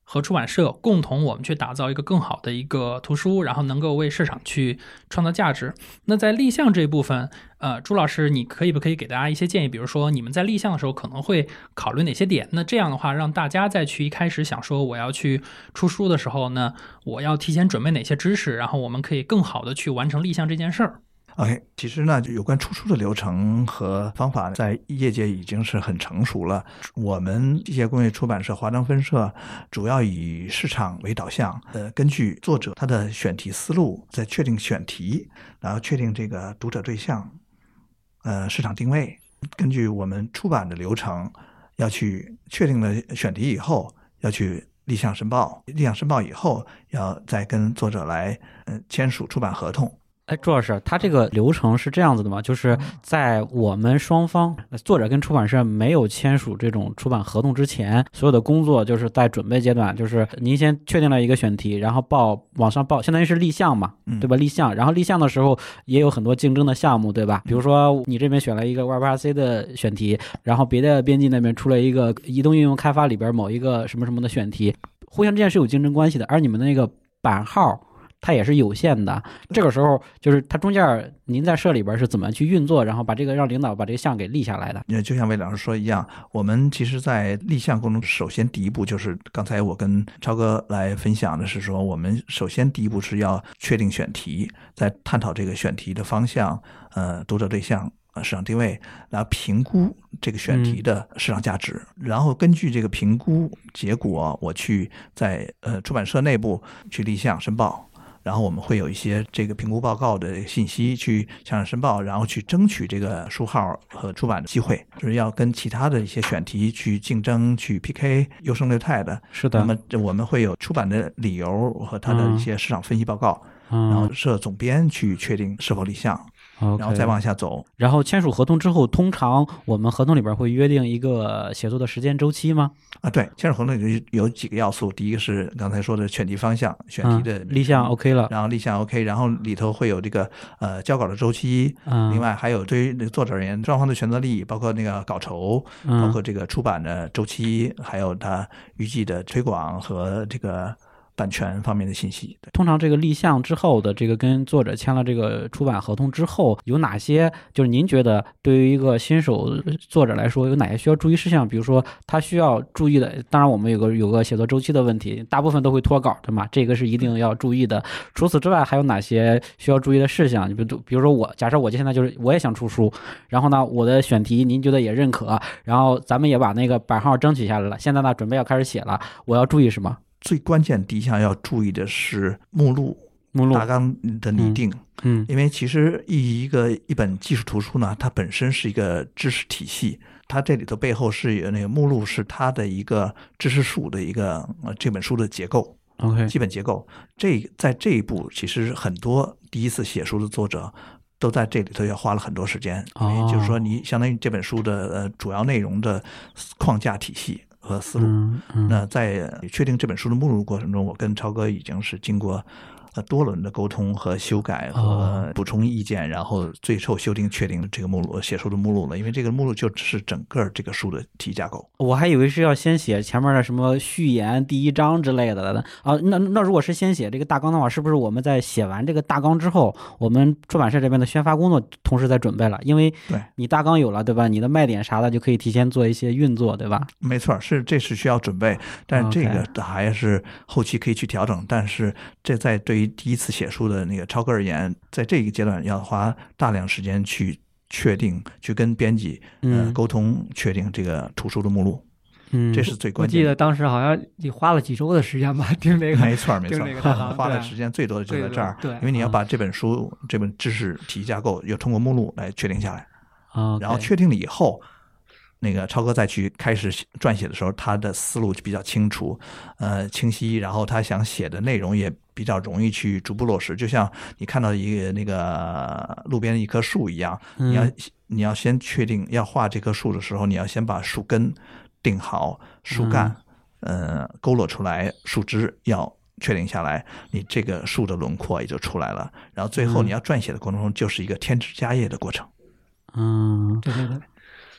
和出版社共同，我们去打造一个更好的一个图书，然后能够为市场去创造价值。那在立项这一部分，呃，朱老师，你可以不可以给大家一些建议？比如说你们在立项的时候可能会考虑哪些点？那这样的话，让大家再去一开始想说我要去出书的时候呢，我要提前准备哪些知识，然后我们可以更好的去完成立项这件事儿。 OK， 其实呢，有关出书的流程和方法，在业界已经是很成熟了。我们机械工业出版社华章分社主要以市场为导向，呃，根据作者他的选题思路，再确定选题，然后确定这个读者对象，呃，市场定位。根据我们出版的流程，要去确定了选题以后，要去立项申报，立项申报以后，要再跟作者来呃签署出版合同。 哎，朱老师，他这个流程是这样子的吗？就是在我们双方作者跟出版社没有签署这种出版合同之前，所有的工作就是在准备阶段，就是您先确定了一个选题，然后报往上报，相当于是立项嘛，对吧？立项，然后立项的时候也有很多竞争的项目，对吧？比如说你这边选了一个 Web 二 C 的选题，然后别的编辑那边出了一个移动应用开发里边某一个什么什么的选题，互相之间是有竞争关系的，而你们的那个版号它也是有限的，这个时候就是它中间您在社里边是怎么去运作，然后把这个让领导把这个项给立下来的？ 也就像魏老师说一样，我们其实在立项过程中，首先第一步就是刚才我跟超哥来分享的是说，我们首先第一步是要确定选题，在探讨这个选题的方向，呃，读者对象。市场定位，然后评估这个选题的市场价值，嗯、然后根据这个评估结果，我去在呃出版社内部去立项申报，然后我们会有一些这个评估报告的信息去向上申报，然后去争取这个书号和出版的机会，就是要跟其他的一些选题去竞争，去 P K 优胜劣汰的。 是的。 那么我们会有出版的理由和它的一些市场分析报告，嗯、然后社总编去确定是否立项。 Okay, 然后再往下走， 然后签署合同之后，通常我们合同里边会约定一个写作的时间周期吗？ 啊，对，签署合同里有几个要素，第一个是刚才说的选题方向，选题的、 嗯、立项 OK 了， 然后立项 OK， 然后里头会有这个呃交稿的周期，嗯，另外还有对于作者而言，双方的权责利益，包括那个稿酬，嗯、包括这个出版的周期，还有它预计的推广和这个版权方面的信息。 通常这个立项之后的这个跟作者签了这个出版合同之后，有哪些就是您觉得对于一个新手作者来说有哪些需要注意事项？比如说他需要注意的，当然我们有个有个写作周期的问题，大部分都会脱稿的嘛，这个是一定要注意的。除此之外还有哪些需要注意的事项？比如比如说我假设我现在就是我也想出书，然后呢我的选题您觉得也认可，然后咱们也把那个版号争取下来了，现在呢准备要开始写了，我要注意什么？ 最关键第一项要注意的是目录、 目录大纲的拟定。 嗯，嗯因为其实一个一本技术图书呢，它本身是一个知识体系，它这里头背后是有那个目录，是它的一个知识树的一个呃这本书的结构。 OK， 基本结构。这在这一步，其实很多第一次写书的作者都在这里头要花了很多时间，因为就是说你相当于这本书的呃主要内容的框架体系和思路。 嗯嗯、 那在确定这本书的目录过程中，我跟超哥已经是经过呃多轮的沟通和修改和补充意见，哦、然后最后修订确定这个目录写书的目录了。因为这个目录就是整个这个书的体架构。 我还以为是要先写前面的什么序言、第一章之类的啊。那那如果是先写这个大纲的话，是不是我们在写完这个大纲之后，我们出版社这边的宣发工作同时在准备了？因为你大纲有了，对吧？你的卖点啥的就可以提前做一些运作，对吧？ 没错，是这是需要准备，但这个还是后期可以去调整。Okay. 但是这在对于第一次写书的那个超哥而言，在这个阶段要花大量时间去确定，去跟编辑呃沟通，确定这个图书的目录。嗯，这是最关键的。 我记得当时好像你花了几周的时间吧，定这个。 没错没错，花的的时间最多的就在这儿。 对， 因为你要把这本书、嗯、这本知识体系架构要通过目录来确定下来。 啊， 然后确定了以后。那个超哥再去开始撰写的时候，他的思路就比较清楚，呃，清晰，然后他想写的内容也比较容易去逐步落实。就像你看到一个那个路边的一棵树一样， 嗯、 你要你要先确定要画这棵树的时候，你要先把树根定好，树干，嗯、呃，勾勒出来，树枝要确定下来，你这个树的轮廓也就出来了。然后最后你要撰写的过程中，就是一个添枝加叶的过程。 嗯， 对对对。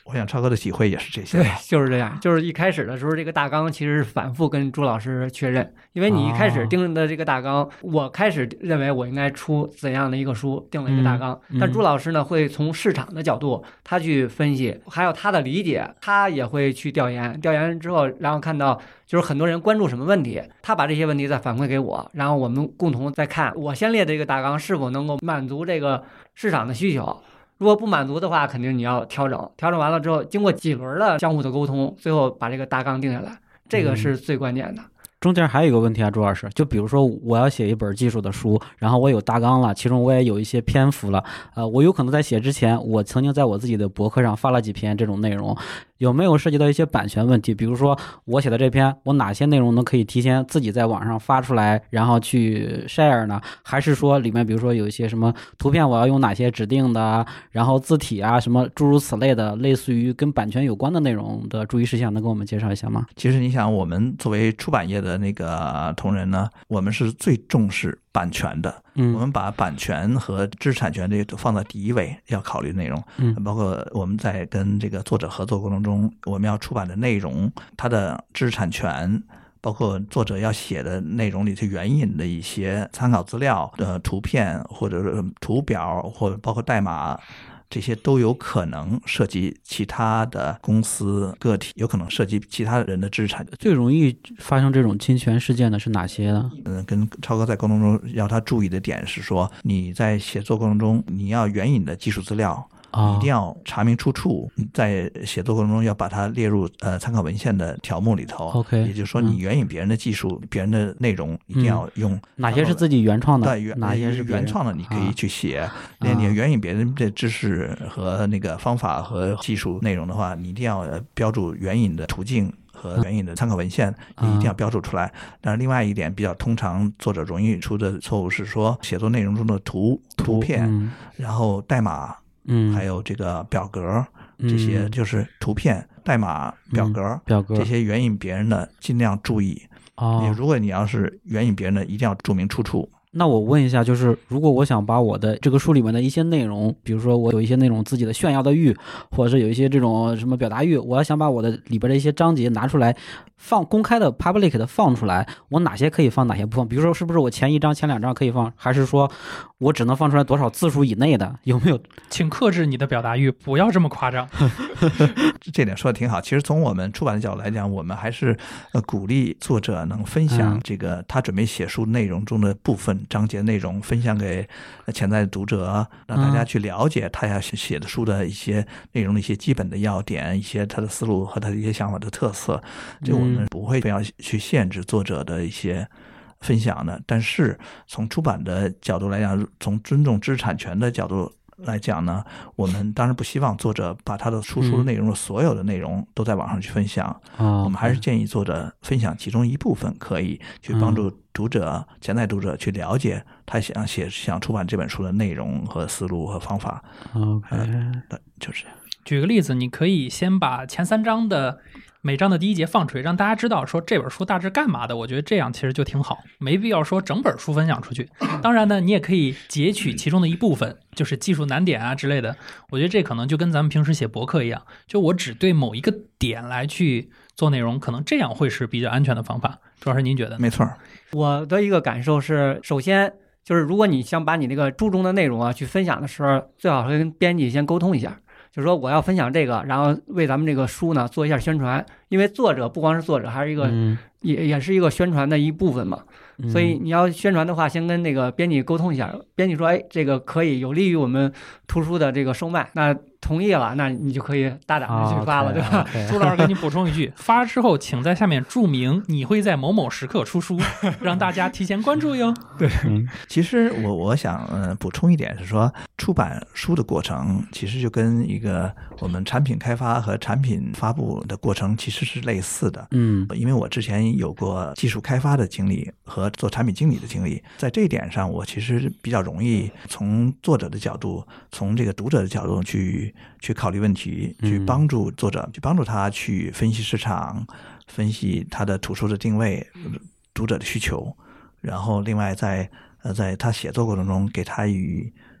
我想超哥的体会也是这些。 对，就是这样。就是一开始的时候，这个大纲其实是反复跟朱老师确认，因为你一开始定的这个大纲，哦、我开始认为我应该出怎样的一个书，定了一个大纲。嗯、但朱老师呢，会从市场的角度，他去分析，还有他的理解，他也会去调研。调研之后，然后看到就是很多人关注什么问题，他把这些问题再反馈给我，然后我们共同再看我先列的这个大纲是否能够满足这个市场的需求。如果不满足的话，肯定你要调整，调整完了之后，经过几轮的相互的沟通，最后把这个大纲定下来，这个是最关键的。嗯， 中间还有一个问题啊，朱老师，就比如说我要写一本技术的书，然后我有大纲了，其中我也有一些篇幅了，呃，我有可能在写之前，我曾经在我自己的博客上发了几篇这种内容，有没有涉及到一些版权问题？比如说我写的这篇，我哪些内容呢可以提前自己在网上发出来，然后去 share 呢？还是说里面比如说有一些什么图片我要用哪些指定的，然后字体啊什么诸如此类的，类似于跟版权有关的内容的注意事项，能跟我们介绍一下吗？ 其实你想，我们作为出版业的那个同仁呢，我们是最重视版权的，嗯，我们把版权和知识产权这个放在第一位要考虑的内容，嗯，包括我们在跟这个作者合作过程中，我们要出版的内容，它的知识产权，包括作者要写的内容里头援引的一些参考资料、呃图片或者是图表，或者包括代码。这些都有可能涉及其他的公司个体，有可能涉及其他人的知识产权。 最容易发生这种侵权事件的是哪些呢？ 嗯，跟超哥在沟通中要他注意的点是说，你在写作过程中，你要援引的技术资料。一定要查明出处，在写作过程中要把它列入呃参考文献的条目里头。 OK， 也就是说，你援引别人的技术、嗯、别人的内容，一定要用、 嗯、哪些是自己原创的， 对， 哪些是原创的，你可以去写。那、啊、你援引别人的知识和那个方法和技术内容的话，你一定要标注援引的途径。和援引的参考文献也一定要标注出来。但是另外一点比较通常作者容易出的错误是说，写作内容中的图图片、嗯，然后代码。嗯，还有这个表格，这些就是图片、嗯、代码、表格、嗯、 表格这些援引别人的，尽量注意。哦，如果你要是援引别人的，一定要注明出处。 那我问一下，就是如果我想把我的这个书里面的一些内容，比如说我有一些那种自己的炫耀的欲，或者是有一些这种什么表达欲，我要想把我的里边的一些章节拿出来放公开的 public 的放出来，我哪些可以放，哪些不放？比如说是不是我前一章前两章可以放，还是说我只能放出来多少字数以内的？有没有？ 请克制你的表达欲，不要这么夸张。 这点说的挺好。其实从我们出版的角度来讲，我们还是呃鼓励作者能分享这个他准备写书内容中的部分章节内容，分享给潜在的读者，让大家去了解他要写的书的一些内容的一些基本的要点，一些他的思路和他的一些想法的特色。这我们不会非要去限制作者的一些分享的。但是从出版的角度来讲，从尊重知识产权的角度来讲呢，我们当然不希望作者把他的输出的内容的所有的内容都在网上去分享、嗯、我们还是建议作者分享其中一部分，可以去帮助读者、嗯、潜在读者去了解他想写想出版这本书的内容和思路和方法。 OK、 呃、就是这样。 举个例子，你可以先把前三章的每章的第一节放出来，让大家知道说这本书大致干嘛的。我觉得这样其实就挺好，没必要说整本书分享出去。当然呢，你也可以截取其中的一部分，就是技术难点啊之类的。我觉得这可能就跟咱们平时写博客一样，就我只对某一个点来去做内容，可能这样会是比较安全的方法。朱老师您觉得？ 没错， 我的一个感受是，首先就是如果你想把你那个书中的内容啊去分享的时候，最好是跟编辑先沟通一下，就是说我要分享这个，然后为咱们这个书呢做一下宣传，因为作者不光是作者，还是一个、嗯、也也是一个宣传的一部分嘛。所以你要宣传的话，先跟那个编辑沟通一下，编辑说，哎，这个可以有利于我们图书的这个售卖，那同意了，那你就可以大胆的去发了， oh, okay, 对吧？ okay. 朱老师给你补充一句，发之后请在下面注明你会在某某时刻出书，让大家提前关注哟。 对， 其实我我想呃补充一点是说，出版书的过程其实就跟一个我们产品开发和产品发布的过程其实是类似的。嗯，因为我之前有过技术开发的经历和做产品经理的经历，在这一点上我其实比较容易从作者的角度，从这个读者的角度去去考虑问题，去帮助作者，去帮助他去分析市场，分析他的图书的定位，读者的需求，然后另外在呃在他写作过程中给他以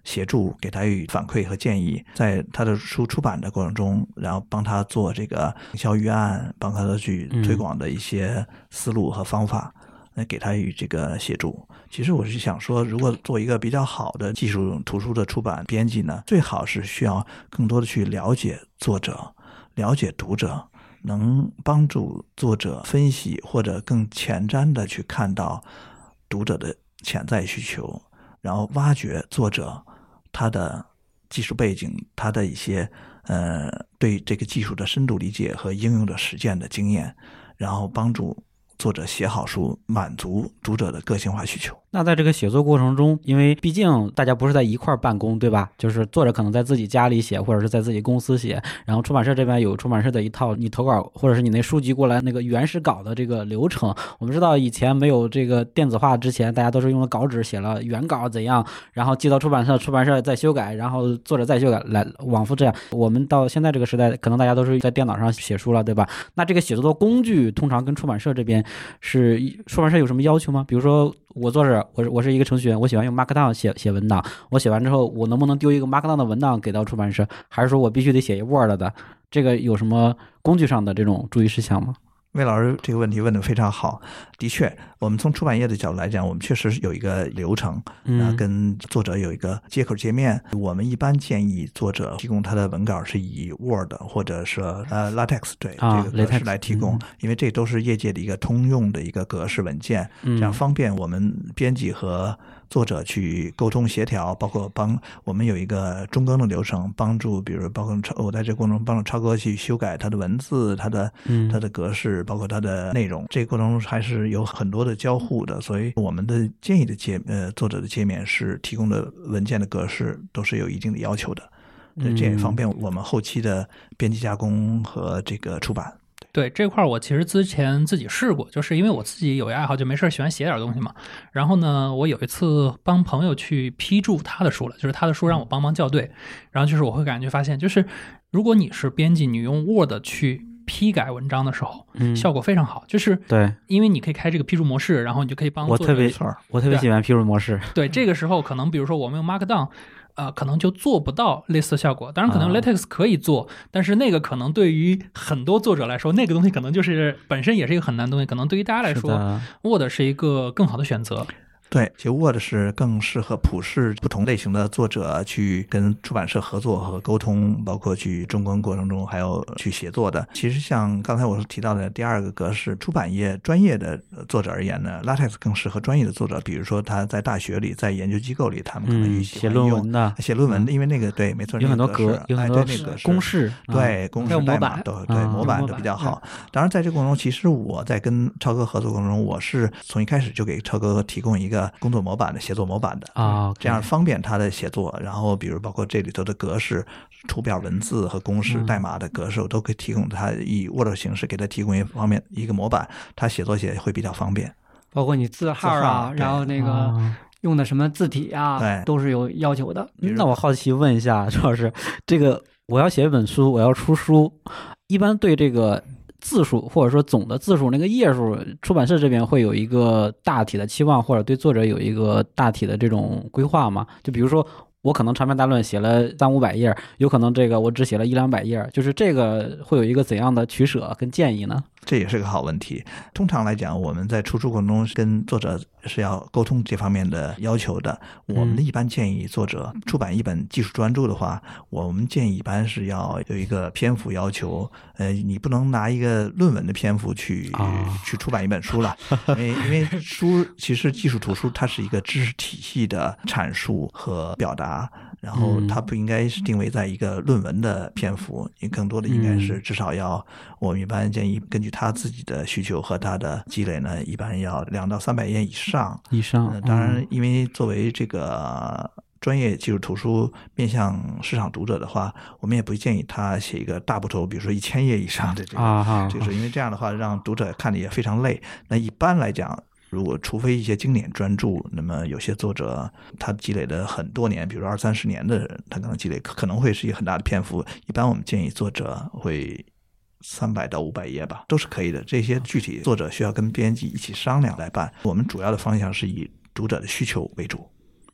协助，给他予以反馈和建议，在他的书出版的过程中，然后帮他做这个营销预案，帮他去推广的一些思路和方法，来给他予这个协助。其实我是想说，如果做一个比较好的技术图书的出版编辑呢，最好是需要更多的去了解作者，了解读者，能帮助作者分析或者更前瞻的去看到读者的潜在需求，然后挖掘作者他的技术背景，他的一些呃对这个技术的深度理解和应用的实践的经验，然后帮助作者写好书，满足读者的个性化需求。 那在这个写作过程中，因为毕竟大家不是在一块办公，对吧？就是作者可能在自己家里写，或者是在自己公司写，然后出版社这边有出版社的一套你投稿或者是你那书籍过来那个原始稿的这个流程。我们知道以前没有这个电子化之前，大家都是用了稿纸写了原稿怎样，然后寄到出版社，出版社再修改，然后作者再修改，来往复这样。我们到现在这个时代，可能大家都是在电脑上写书了，对吧？那这个写作的工具通常跟出版社这边是出版社有什么要求吗？比如说我作者，我是我是一个程序员，我喜欢用 Markdown 写写文档，我写完之后，我能不能丢一个 Markdown 的文档给到出版社，还是说我必须得写一 Word 的？这个有什么工具上的这种注意事项吗？ 魏老师这个问题问得非常好，的确，我们从出版业的角度来讲，我们确实有一个流程，嗯，跟作者有一个接口界面。我们一般建议作者提供他的文稿是以 Word 或者是呃 LaTeX 对、啊、这个格式来提供、嗯，因为这都是业界的一个通用的一个格式文件，这样方便我们编辑和作者去沟通协调，包括帮我们有一个中更的流程，帮助比如包括我在这个过程中帮助超哥去修改他的文字，他的他的格式，包括它的内容，这个过程中还是有很多的交互的，所以我们的建议的界呃作者的界面是提供的文件的格式都是有一定的要求的，这也方便我们后期的编辑加工和这个出版。 对这块我其实之前自己试过，就是因为我自己有一爱好，就没事喜欢写点东西嘛。然后呢，我有一次帮朋友去批注他的书了，就是他的书让我帮忙校对，然后就是我会感觉发现，就是如果你是编辑，你用 Word 去批改文章的时候，嗯，效果非常好，就是对， 因为你可以开这个批注模式，然后你就可以帮作者。 我特别我特别喜欢批注模式。 对，这个时候可能比如说我们用 Markdown。呃，可能就做不到类似的效果。当然，可能 LaTeX 可以做、啊，但是那个可能对于很多作者来说，那个东西可能就是本身也是一个很难的东西。可能对于大家来说 ，Word 是一个更好的选择。 对，其实 Word 是更适合普世不同类型的作者去跟出版社合作和沟通，包括去中更过程中还有去协作的。其实像刚才我提到的第二个格式，出版业专业的作者而言呢 ，LaTeX 更适合专业的作者，比如说他在大学里、在研究机构里，他们可能也喜欢用、 嗯、写论文的， 写论文的，因为那个对，没错， 有很多格，有很多公式， 对，公式代码都对模板都比较好。当然，在这个过程中，其实我在跟超哥合作过程中，我是从一开始就给超哥提供一个工作模板。写作模板的啊， okay. 这样方便他的写作。然后比如包括这里头的格式、图表文字和公式、代码的格式，我都可以提供他以 Word 形式给他提供一方面一个模板，他写作起来会比较方便。 包括你字号啊，然后那个用的什么字体啊， 对， 都是有要求的。 那我好奇问一下，周老师，这个我要写一本书，我要出书，一般对这个字数或者说总的字数那个页数，出版社这边会有一个大体的期望，或者对作者有一个大体的这种规划吗？就比如说我可能长篇大论写了三五百页，有可能这个我只写了一两百页，就是这个会有一个怎样的取舍跟建议呢？ 这也是个好问题。通常来讲，我们在出书过程中跟作者是要沟通这方面的要求的。我们的一般建议作者出版一本技术专著的话，我们建议一般是要有一个篇幅要求。呃，你不能拿一个论文的篇幅去、啊、去出版一本书了，因为因为书其实技术图书它是一个知识体系的阐述和表达。然后它不应该是定位在一个论文的篇幅，你更多的应该是至少要，我们一般建议根据他自己的需求和他的积累呢，一般要两到三百页以上。 以上、 呃。当然，因为作为这个专业技术图书面向市场读者的话，我们也不建议他写一个大部头，比如说一千页以上的这个， 啊、 这个是因为这样的话让读者看的也非常累。那一般来讲，如果除非一些经典专著，那么有些作者他积累了很多年，比如二三十年的人，他可能积累可能会是一个很大的篇幅。一般我们建议作者会三百到五百页吧，都是可以的。这些具体作者需要跟编辑一起商量来办。我们主要的方向是以读者的需求为主。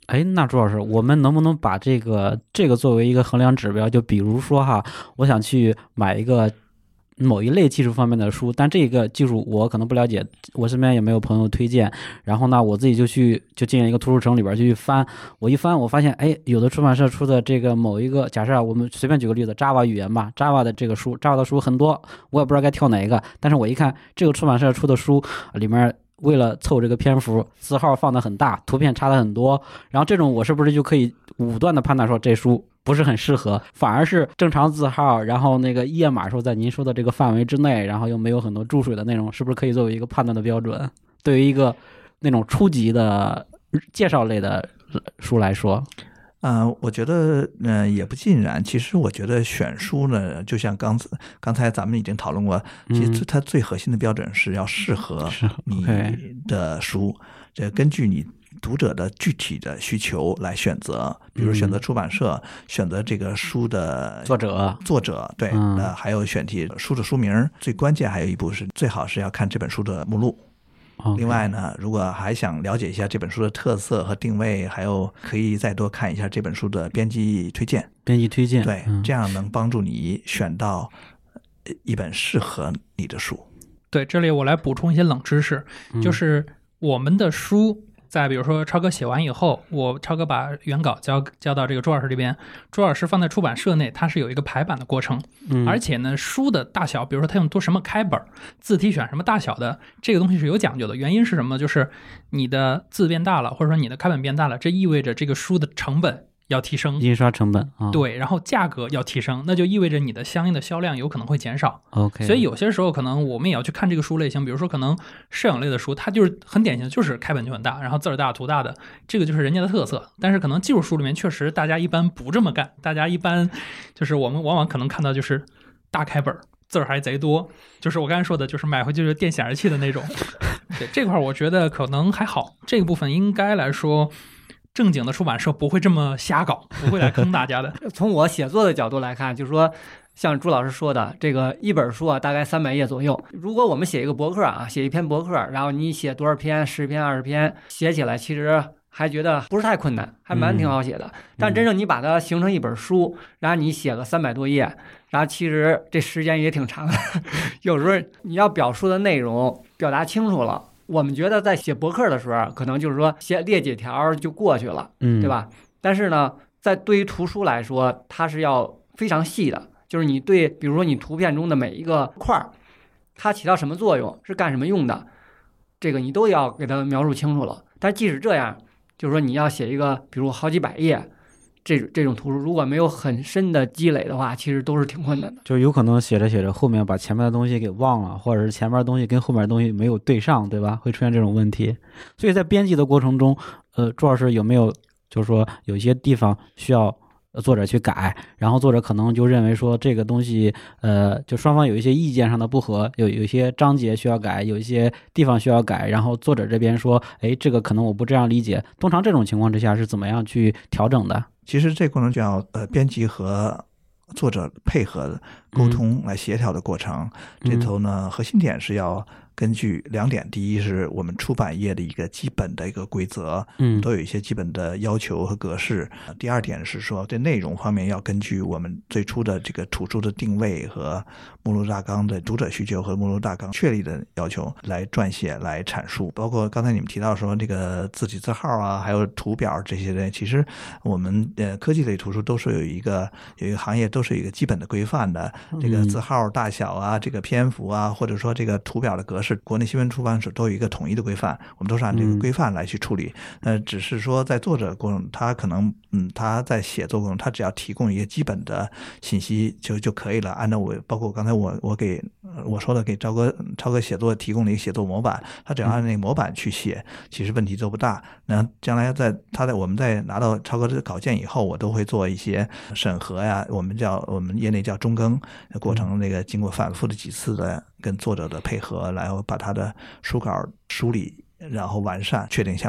哎，那朱老师，我们能不能把这个这个作为一个衡量指标？就比如说哈，我想去买一个某一类技术方面的书，但这个技术我可能不了解，我身边也没有朋友推荐，然后呢，我自己就去就进一个图书城里边就去翻，我一翻，我发现，哎，有的出版社出的这个某一个，假设我们随便举个例子 ，Java 语言吧 ，Java 的这个书 ，Java 的书很多，我也不知道该挑哪一个，但是我一看这个出版社出的书里面，为了凑这个篇幅，字号放的很大，图片差的很多，然后这种我是不是就可以武断的判断说这书不是很适合，反而是正常字号，然后那个页码数在您说的这个范围之内，然后又没有很多注水的内容，是不是可以作为一个判断的标准？对于一个那种初级的介绍类的书来说， 呃，我觉得呃也不尽然。其实我觉得选书呢，就像刚刚才咱们已经讨论过，其实它最核心的标准是要适合你的书，这根据你读者的具体的需求来选择，比如选择出版社，嗯、选择这个书的作者， 作者对， 嗯、 呃，还有选题书的书名，最关键还有一步是最好是要看这本书的目录。 Okay. 另外呢，如果还想了解一下这本书的特色和定位，还有可以再多看一下这本书的编辑推荐。 编辑推荐， 对， 嗯、 这样能帮助你选到一本适合你的书。 对，这里我来补充一些冷知识， 嗯、 就是我们的书。在比如说超哥写完以后，我超哥把原稿交交到这个朱老师这边，朱老师放在出版社内，它是有一个排版的过程， 嗯、 而且呢，书的大小，比如说它用多什么开本，字体选什么大小的，这个东西是有讲究的。原因是什么？就是你的字变大了，或者说你的开本变大了，这意味着这个书的成本要提升， 印刷成本啊， 对，然后价格要提升，那就意味着你的相应的销量有可能会减少。 OK， 所以有些时候可能我们也要去看这个书类型，比如说可能摄影类的书，它就是很典型的，就是开本就很大，然后字儿大图大的，这个就是人家的特色。但是可能技术书里面确实大家一般不这么干，大家一般就是我们往往可能看到就是大开本，字儿还贼多，就是我刚才说的，就是买回去就是电显示器的那种。对，这块我觉得可能还好，这个部分应该来说。正经的出版社不会这么瞎搞，不会来坑大家的。 从我写作的角度来看，就是说，像朱老师说的，这个一本书啊，大概三百页左右。如果我们写一个博客啊，写一篇博客，然后你写多少篇，十篇、二十篇，写起来其实还觉得不是太困难，还蛮挺好写的。嗯、但真正你把它形成一本书，然后你写个三百多页，然后其实这时间也挺长的。有时候你要表述的内容表达清楚了。我们觉得在写博客的时候，可能就是说写列几条就过去了，嗯，对吧？但是呢，在对于图书来说，它是要非常细的，就是你对，比如说你图片中的每一个块儿，它起到什么作用，是干什么用的，这个你都要给它描述清楚了。但即使这样，就是说你要写一个，比如好几百页。这这种图书如果没有很深的积累的话，其实都是挺困难的。 就有可能写着写着，后面把前面的东西给忘了，或者是前面的东西跟后面的东西没有对上，对吧？会出现这种问题。所以在编辑的过程中，呃，朱老师有没有就是说有些地方需要作者去改，然后作者可能就认为说这个东西，呃，就双方有一些意见上的不合，有有一些章节需要改，有一些地方需要改，然后作者这边说，哎，这个可能我不这样理解。通常这种情况之下是怎么样去调整的？ 其实这过程就要呃编辑和作者配合沟通来协调的过程。嗯、这头呢，核心点是要根据两点，第一是我们出版业的一个基本的一个规则，嗯，都有一些基本的要求和格式。第二点是说，在内容方面要根据我们最初的这个图书的定位和目录大纲的读者需求和目录大纲确立的要求来撰写来阐述。包括刚才你们提到说这个字体字号啊，还有图表这些的，其实我们呃科技类图书都是有一个有一个行业都是有一个基本的规范的，这个字号大小啊，这个篇幅啊，或者说这个图表的格式，国内新闻出版社都有一个统一的规范，我们都是按这个规范来去处理。呃，只是说在作者过程，他可能嗯他在写作过程，他只要提供一些基本的信息就就可以了。按照我包括刚才我我给我说的给超哥超哥写作提供了一个写作模板，他只要按那个模板去写，其实问题都不大。那将来在他在我们在拿到超哥的稿件以后，我都会做一些审核呀，我们叫我们业内叫中更过程，那个经过反复的几次的跟作者的配合，然后把他的书稿梳理，然后完善确定下来，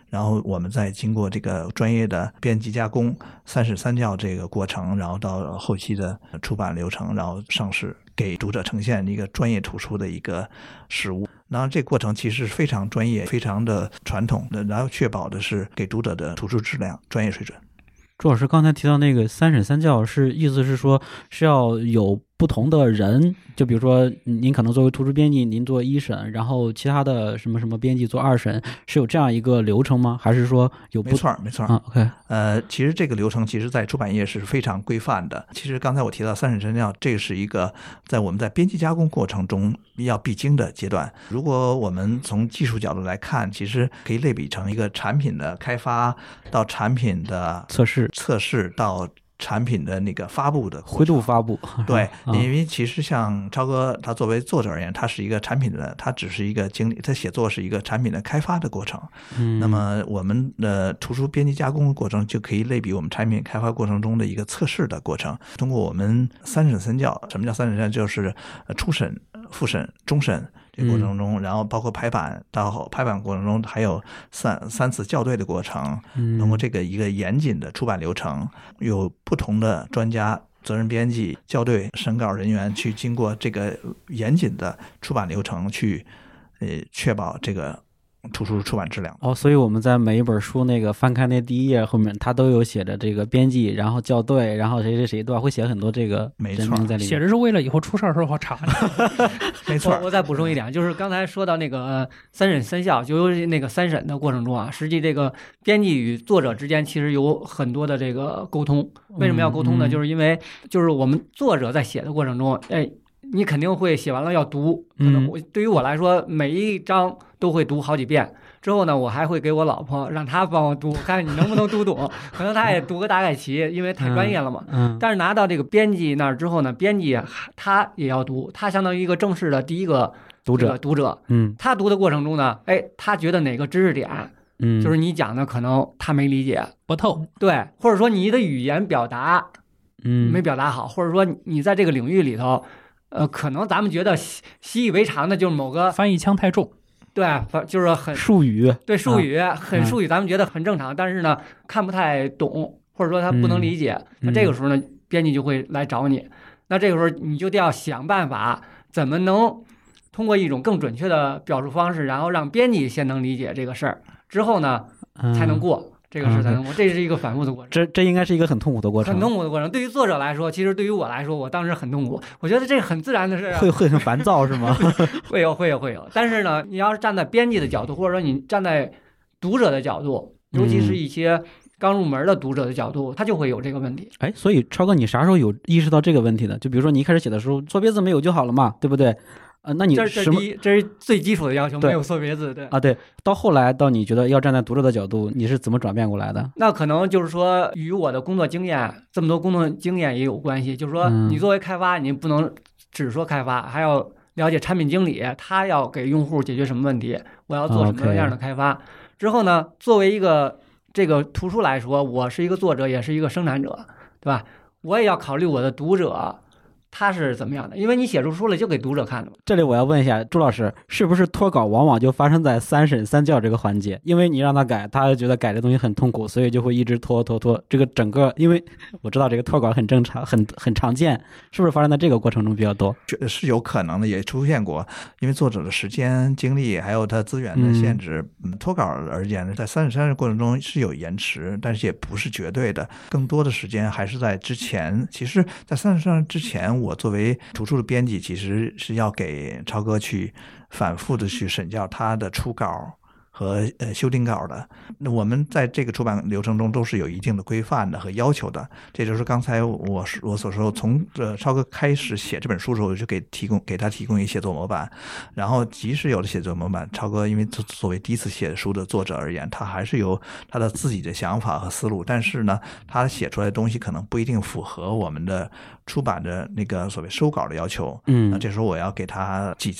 然后我们再经过这个专业的编辑加工、三审三校这个过程，然后到后期的出版流程，然后上市，给读者呈现一个专业图书的一个实物。然后这个过程其实非常专业、非常的传统的，然后确保的是给读者的图书质量、专业水准。 朱老师刚才提到那个三审三校，是意思是说是要有不同的人，就比如说您可能作为图书编辑，您做一审，然后其他的什么什么编辑做二审，是有这样一个流程吗？还是说有不？ 没错，没错。 啊 ，OK， 呃，其实这个流程其实在出版业是非常规范的。其实刚才我提到三审三校，这是一个在我们在编辑加工过程中要必经的阶段。如果我们从技术角度来看，其实可以类比成一个产品的开发到产品的测试、 测试到产品的那个发布的灰度发布。 对， 啊、 因为其实像超哥他作为作者而言，他是一个产品的，他只是一个经理，他写作是一个产品的开发的过程。 嗯， 那么我们的图书编辑加工的过程就可以类比我们产品开发过程中的一个测试的过程。通过我们三审三校，什么叫三审三校？就是初审、复审、终审。这个过程中，然后包括排版，到排版过程中还有三三次校对的过程，通过这个一个严谨的出版流程，有不同的专家、责任编辑、校对、审稿人员去经过这个严谨的出版流程，去呃确保这个图书出版质量。 哦，所以我们在每一本书那个翻开那第一页后面，它都有写着这个编辑，然后校对，然后谁谁谁，对吧？会写很多这个人名在里面。 写着是为了以后出事儿的时候好查。 没错。 我, 我再补充一点，就是刚才说到那个、呃、三审三校，就由那个三审的过程中啊，实际这个编辑与作者之间其实有很多的这个沟通。为什么要沟通呢？ 嗯、 就是因为就是我们作者在写的过程中，哎。你肯定会写完了要读，可能我对于我来说，每一章都会读好几遍。之后呢，我还会给我老婆让她帮我读，看你能不能读懂。可能她也读个大概齐，因为太专业了嘛。 嗯嗯、 但是拿到这个编辑那儿之后呢，编辑他也要读，他相当于一个正式的第一个读者。 读者， 嗯， 他读的过程中呢，哎，他觉得哪个知识点， 嗯， 就是你讲的可能他没理解， 不透， 对，或者说你的语言表达， 嗯， 没表达好，或者说你在这个领域里头。呃，可能咱们觉得习习以为常的，就是某个翻译腔太重， 对，就是很术语， 对术语、 啊、 很术语，咱们觉得很正常，但是呢，看不太懂，或者说他不能理解。 嗯、 那这个时候呢，编辑就会来找你。那这个时候你就得要想办法，怎么能通过一种更准确的表述方式，然后让编辑先能理解这个事儿，之后呢，才能过。 嗯这个是才能过，这是一个反复的过程。 这这应该是一个很痛苦的过程， 很痛苦的过程。对于作者来说，其实对于我来说，我当时很痛苦。我觉得这很自然的事啊， 会会很烦躁是吗？ 会有会有会有。但是呢，你要是站在编辑的角度，或者说你站在读者的角度，尤其是一些刚入门的读者的角度，他就会有这个问题。 哎，所以超哥，你啥时候有意识到这个问题的？就比如说你一开始写的时候，错别字没有就好了嘛，对不对？呃，那你这是第一，这是最基础的要求，没有错别字，对啊，对。到后来，到你觉得要站在读者的角度，你是怎么转变过来的？ 那可能就是说，与我的工作经验，这么多工作经验也有关系。就是说，你作为开发，你不能只说开发，还要了解产品经理，他要给用户解决什么问题，我要做什么样的开发。之后呢，作为一个这个图书来说，我是一个作者，也是一个生产者，对吧？我也要考虑我的读者。他是怎么样的？因为你写出书来就给读者看的嘛。 这里我要问一下朱老师，是不是脱稿往往就发生在三审三校这个环节？因为你让他改，他觉得改这东西很痛苦，所以就会一直拖拖拖。这个整个，因为我知道这个脱稿很正常，很很常见，是不是发生在这个过程中比较多？ 是有可能的，也出现过。因为作者的时间、精力还有他资源的限制，嗯，脱稿而言，在三审三审过程中是有延迟，但是也不是绝对的。更多的时间还是在之前。其实，在三审三审之前，我作为图书的编辑，其实是要给超哥去反复的去审校他的初稿和呃修订稿的。那我们在这个出版流程中都是有一定的规范的和要求的。这就是刚才我我所说，从呃超哥开始写这本书的时候，就给提供给他提供一写作模板。然后即使有了写作模板，超哥因为作为第一次写书的作者而言，他还是有他的自己的想法和思路。但是呢，他写出来的东西可能不一定符合我们的出版的那个所谓收稿的要求。 嗯， 那这时候我要给他几次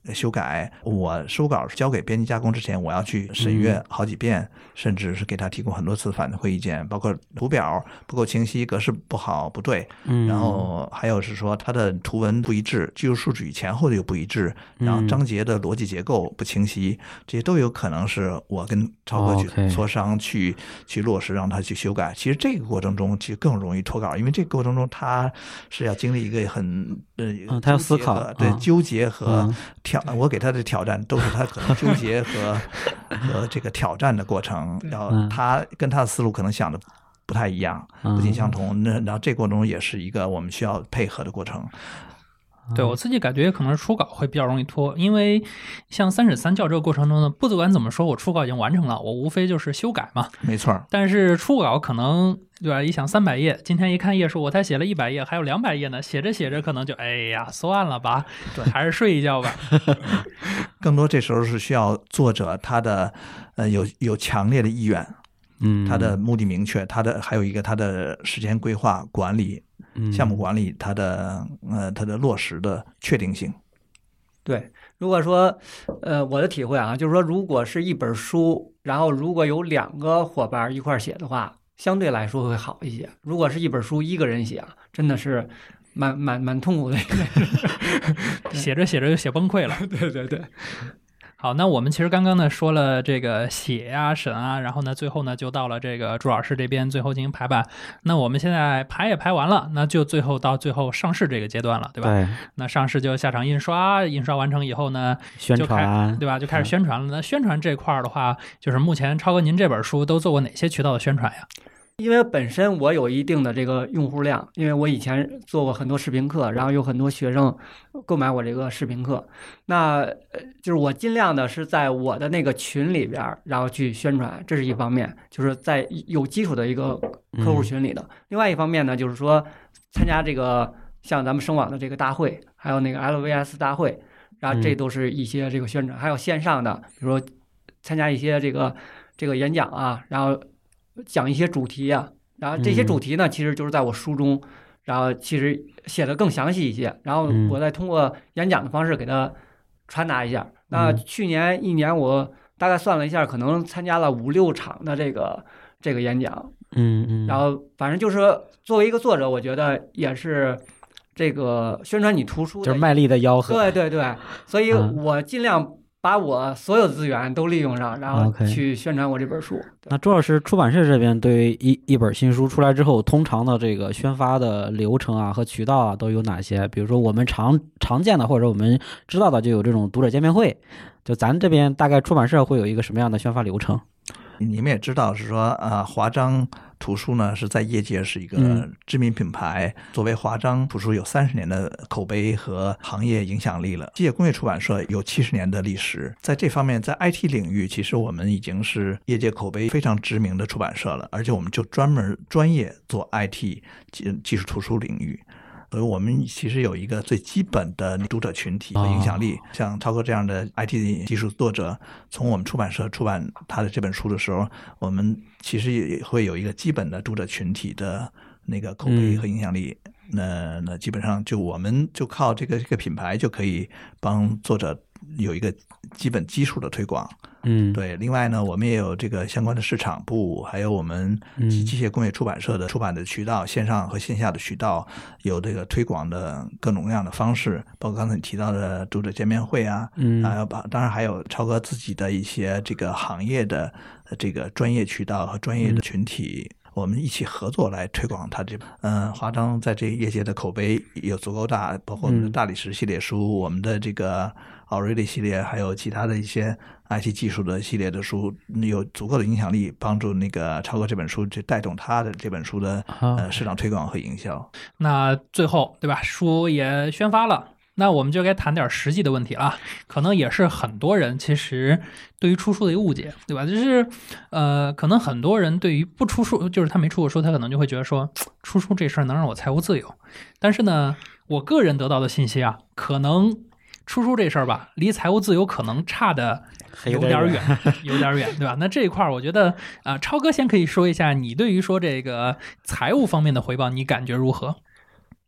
修改，我书稿交给编辑加工之前，我要去审阅好几遍，嗯、甚至是给他提供很多次反馈意见，包括图表不够清晰，格式不好不对， 嗯、 然后还有是说它的图文不一致，技术数据前后的又不一致，然后章节的逻辑结构不清晰，嗯、这些都有可能是我跟超哥去磋商、哦 okay、去去落实，让他去修改。其实这个过程中其实更容易脱稿，因为这个过程中他是要经历一个很呃， 嗯、他要思考， 对、 嗯、 纠结和挑，我给他的挑战都是他可能纠结和和这个挑战的过程，然后他跟他的思路可能想的不太一样，不尽相同。那然后这过程中也是一个我们需要配合的过程。 对，我自己感觉可能是初稿会比较容易拖，因为像三审三校这个过程中呢，不管怎么说，我初稿已经完成了，我无非就是修改嘛。 没错。 但是初稿可能对吧？一想三百页，今天一看页数，我才写了一百页，还有两百页呢，写着写着可能就哎呀，算了吧，对，还是睡一觉吧。 更多这时候是需要作者他的呃有有强烈的意愿， 嗯， 他的目的明确，他的还有一个他的时间规划管理。项目管理它的呃它的落实的确定性。 对，如果说呃我的体会啊，就是说如果是一本书，然后如果有两个伙伴一块写的话，相对来说会好一些。如果是一本书一个人写啊，真的是蛮蛮蛮痛苦的， 写着写着就写崩溃了。 对对对。 好，那我们其实刚刚呢说了这个写呀、审啊，然后呢最后呢就到了这个朱老师这边最后进行排版。那我们现在排也排完了，那就最后到最后上市这个阶段了，对吧？ 对。 那上市就下场印刷，印刷完成以后呢， 宣传， 对吧？就开始宣传了。那宣传这块的话，就是目前超哥您这本书都做过哪些渠道的宣传呀？ 因为本身我有一定的这个用户量，因为我以前做过很多视频课，然后有很多学生购买我这个视频课，那就是我尽量的是在我的那个群里边，然后去宣传，这是一方面，就是在有基础的一个客户群里的。另外一方面呢，就是说参加这个像咱们声网的这个大会，还有那个 L V S 大会，然后这都是一些这个宣传，还有线上的，比如说参加一些这个这个演讲啊，然后讲一些主题啊，然后这些主题呢，其实就是在我书中，然后其实写的更详细一些，然后我再通过演讲的方式给它传达一下。那去年一年我大概算了一下，可能参加了五六场的这个这个演讲， 嗯嗯， 然后反正就是作为一个作者，我觉得也是这个宣传你图书就是卖力的吆喝， 对对对，所以我尽量把我所有资源都利用上，然后去宣传我这本书。Okay. 那朱老师，出版社这边对于一一本新书出来之后，通常的这个宣发的流程啊和渠道啊都有哪些？比如说我们常常见的或者我们知道的，就有这种读者见面会。就咱这边大概出版社会有一个什么样的宣发流程？ 你们也知道是说，呃，华章图书呢是在业界是一个知名品牌，嗯、作为华章图书有三十年的口碑和行业影响力了。机械工业出版社有七十年的历史，在这方面，在 I T 领域，其实我们已经是业界口碑非常知名的出版社了，而且我们就专门专业做 I T 技术图书领域。所以我们其实有一个最基本的读者群体和影响力，哦、像超哥这样的 I T 技术作者，从我们出版社出版他的这本书的时候，我们其实也会有一个基本的读者群体的那个口碑和影响力。嗯、那那基本上就我们就靠这个这个品牌就可以帮作者有一个基本基础的推广。 嗯， 对。另外呢，我们也有这个相关的市场部，还有我们机械工业出版社的出版的渠道，线上和线下的渠道，有这个推广的各种各样的方式，包括刚才你提到的读者见面会啊， 嗯， 还有把当然还有超哥自己的一些这个行业的这个专业渠道和专业的群体。嗯，我们一起合作来推广它这，嗯，华章在这业界的口碑有足够大，包括我们的大理石系列书，嗯、我们的这个奥瑞利系列，还有其他的一些 I T 技术的系列的书，有足够的影响力，帮助那个超哥这本书去带动他的这本书的呃市场推广和营销。 那最后对吧，书也宣发了。那我们就该谈点实际的问题了，可能也是很多人其实对于出书的一个误解，对吧？就是呃，可能很多人对于不出书，就是他没出过书，他可能就会觉得说，出书这事儿能让我财务自由。但是呢，我个人得到的信息啊，可能出书这事儿吧，离财务自由可能差的有点远，有点远，对吧？那这一块儿，我觉得啊、呃，超哥先可以说一下，你对于说这个财务方面的回报，你感觉如何？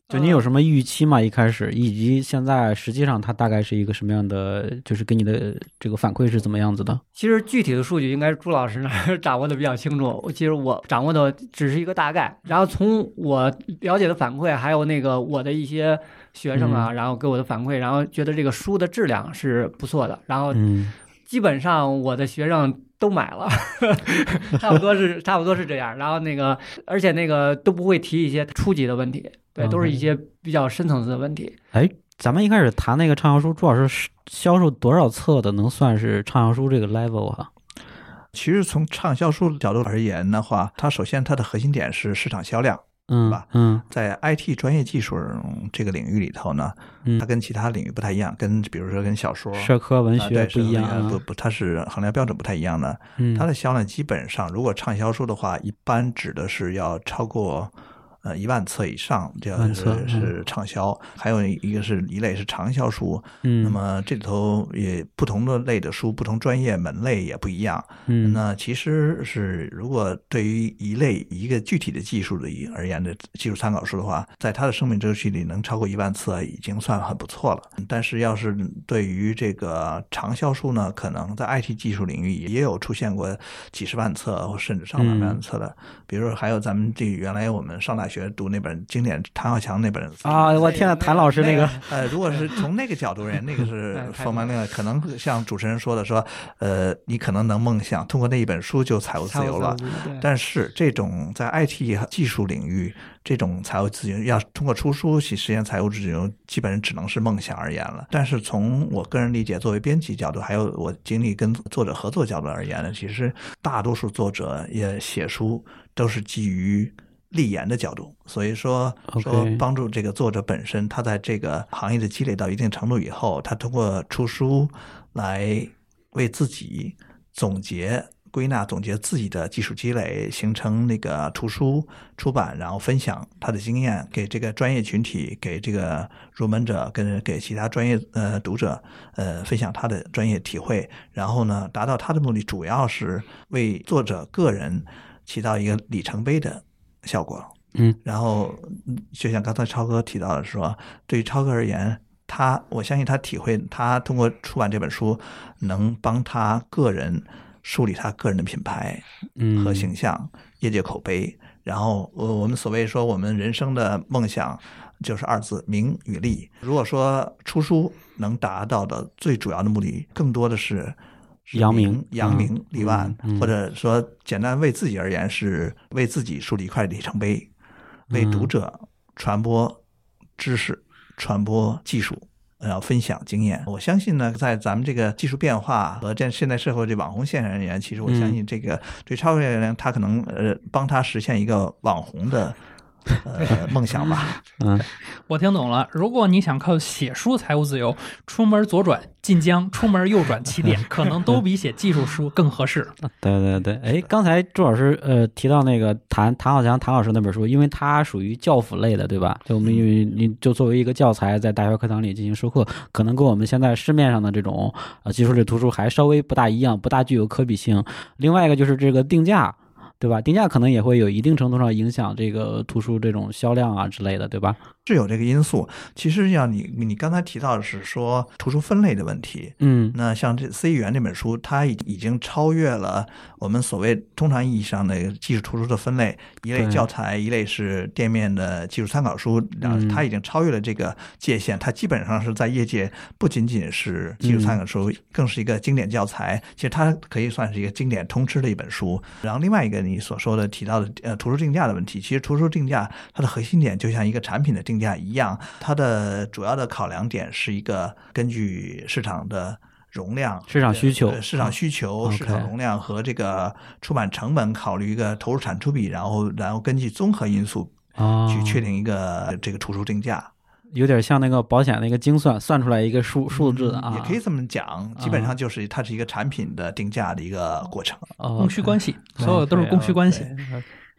就你有什么预期吗？一开始以及现在，实际上它大概是一个什么样的？就是给你的这个反馈是怎么样子的？ 其实具体的数据应该是朱老师那儿掌握的比较清楚，其实我掌握的只是一个大概。然后从我了解的反馈，还有那个我的一些学生啊， 嗯、 然后给我的反馈，然后觉得这个书的质量是不错的。然后基本上我的学生都买了，差不多是差不多是这样。然后那个，而且那个都不会提一些初级的问题。对，都是一些比较深层次的问题。 哎，咱们一开始谈那个畅销书，朱老师销售多少册的能算是畅销书这个 level 啊？ 其实从畅销书角度而言的话，它首先它的核心点是市场销量， 嗯吧？ 嗯， 在 I T 专业技术这个领域里头呢， 嗯、 它跟其他领域不太一样，跟比如说跟小说、 社科文学不一样、 啊，不不，它是衡量标准不太一样的。 嗯， 它的销量基本上，如果畅销书的话，一般指的是要超过。呃，一万册以上，这样是是畅销。嗯、还有一个是一类是长销书， 嗯， 那么这里头也不同的类的书，不同专业门类也不一样。 嗯， 那其实是如果对于一类一个具体的技术的而言的技术参考书的话，在它的生命周期里能超过一万册已经算很不错了。但是要是对于这个长销书呢，可能在 I T 技术领域也有出现过几十万册或甚至上百万册的，嗯、比如说还有咱们这原来我们上大学学读那本经典谭浩强那本啊，我天呐，谭老师那个， 呃，如果是从那个角度而言，那个是方方面面，可能像主持人说的说，呃，你可能能梦想通过那一本书就财务自由了，但是这种在 I T 技术领域，这种财务自由要通过出书去实现财务自由，基本上只能是梦想而言了。但是从我个人理解，作为编辑角度，还有我经历跟作者合作角度而言呢，其实大多数作者也写书都是基于立言的角度，所以说说帮助这个作者本身，他在这个行业的积累到一定程度以后，他通过出书来为自己总结归纳总结自己的技术积累，形成那个图书出版，然后分享他的经验给这个专业群体，给这个入门者跟给其他专业呃读者呃分享他的专业体会，然后呢达到他的目的主要是为作者个人起到一个里程碑的效果。 嗯， 然后就像刚才超哥提到的说，对于超哥而言，他我相信他体会，他通过出版这本书能帮他个人树立他个人的品牌和形象、嗯、业界口碑。然后我们所谓说我们人生的梦想就是二字，名与利。如果说出书能达到的最主要的目的更多的是扬名扬名立万、 嗯嗯、 或者说简单为自己而言是为自己树立一块里程碑，为读者传播知识、传播技术，然后分享经验。我相信呢，在咱们这个技术变化和这现在社会这网红现象而言，其实我相信这个对超哥而言，他可能呃帮他实现一个网红的呃梦想吧。 嗯， 我听懂了。如果你想靠写书财务自由，出门左转晋江，出门右转起点，可能都比写技术书更合适。 对对对，哎，刚才朱老师呃提到那个谭谭浩强谭老师那本书，因为它属于教辅类的，对吧？就我们因为你就作为一个教材在大学课堂里进行授课，可能跟我们现在市面上的这种呃技术类图书还稍微不大一样，不大具有可比性。另外一个就是这个定价。对吧？定价可能也会有一定程度上影响这个图书这种销量啊之类的，对吧？ 是有这个因素。其实像你你刚才提到的是说图书分类的问题， 嗯， 那像这 C 语言这本书，它已已经超越了我们所谓通常意义上的技术图书的分类，一类教材，一类是店面的技术参考书，然后它已经超越了这个界限，它基本上是在业界不仅仅是技术参考书，嗯、更是一个经典教材。其实它可以算是一个经典通吃的一本书。然后另外一个你所说的提到的呃图书定价的问题，其实图书定价它的核心点就像一个产品的定价一样，它的主要的考量点是一个根据市场的容量、 市场需求、 市场需求、 嗯、 市场容量和这个出版成本，考虑一个投入产出比，然后然后根据综合因素去确定一个这个图书定价。 有点像那个保险的一个精算，算出来一个数数字啊、 嗯，也可以这么讲，基本上就是它是一个产品的定价的一个过程， 供需关系，所有都是供需关系。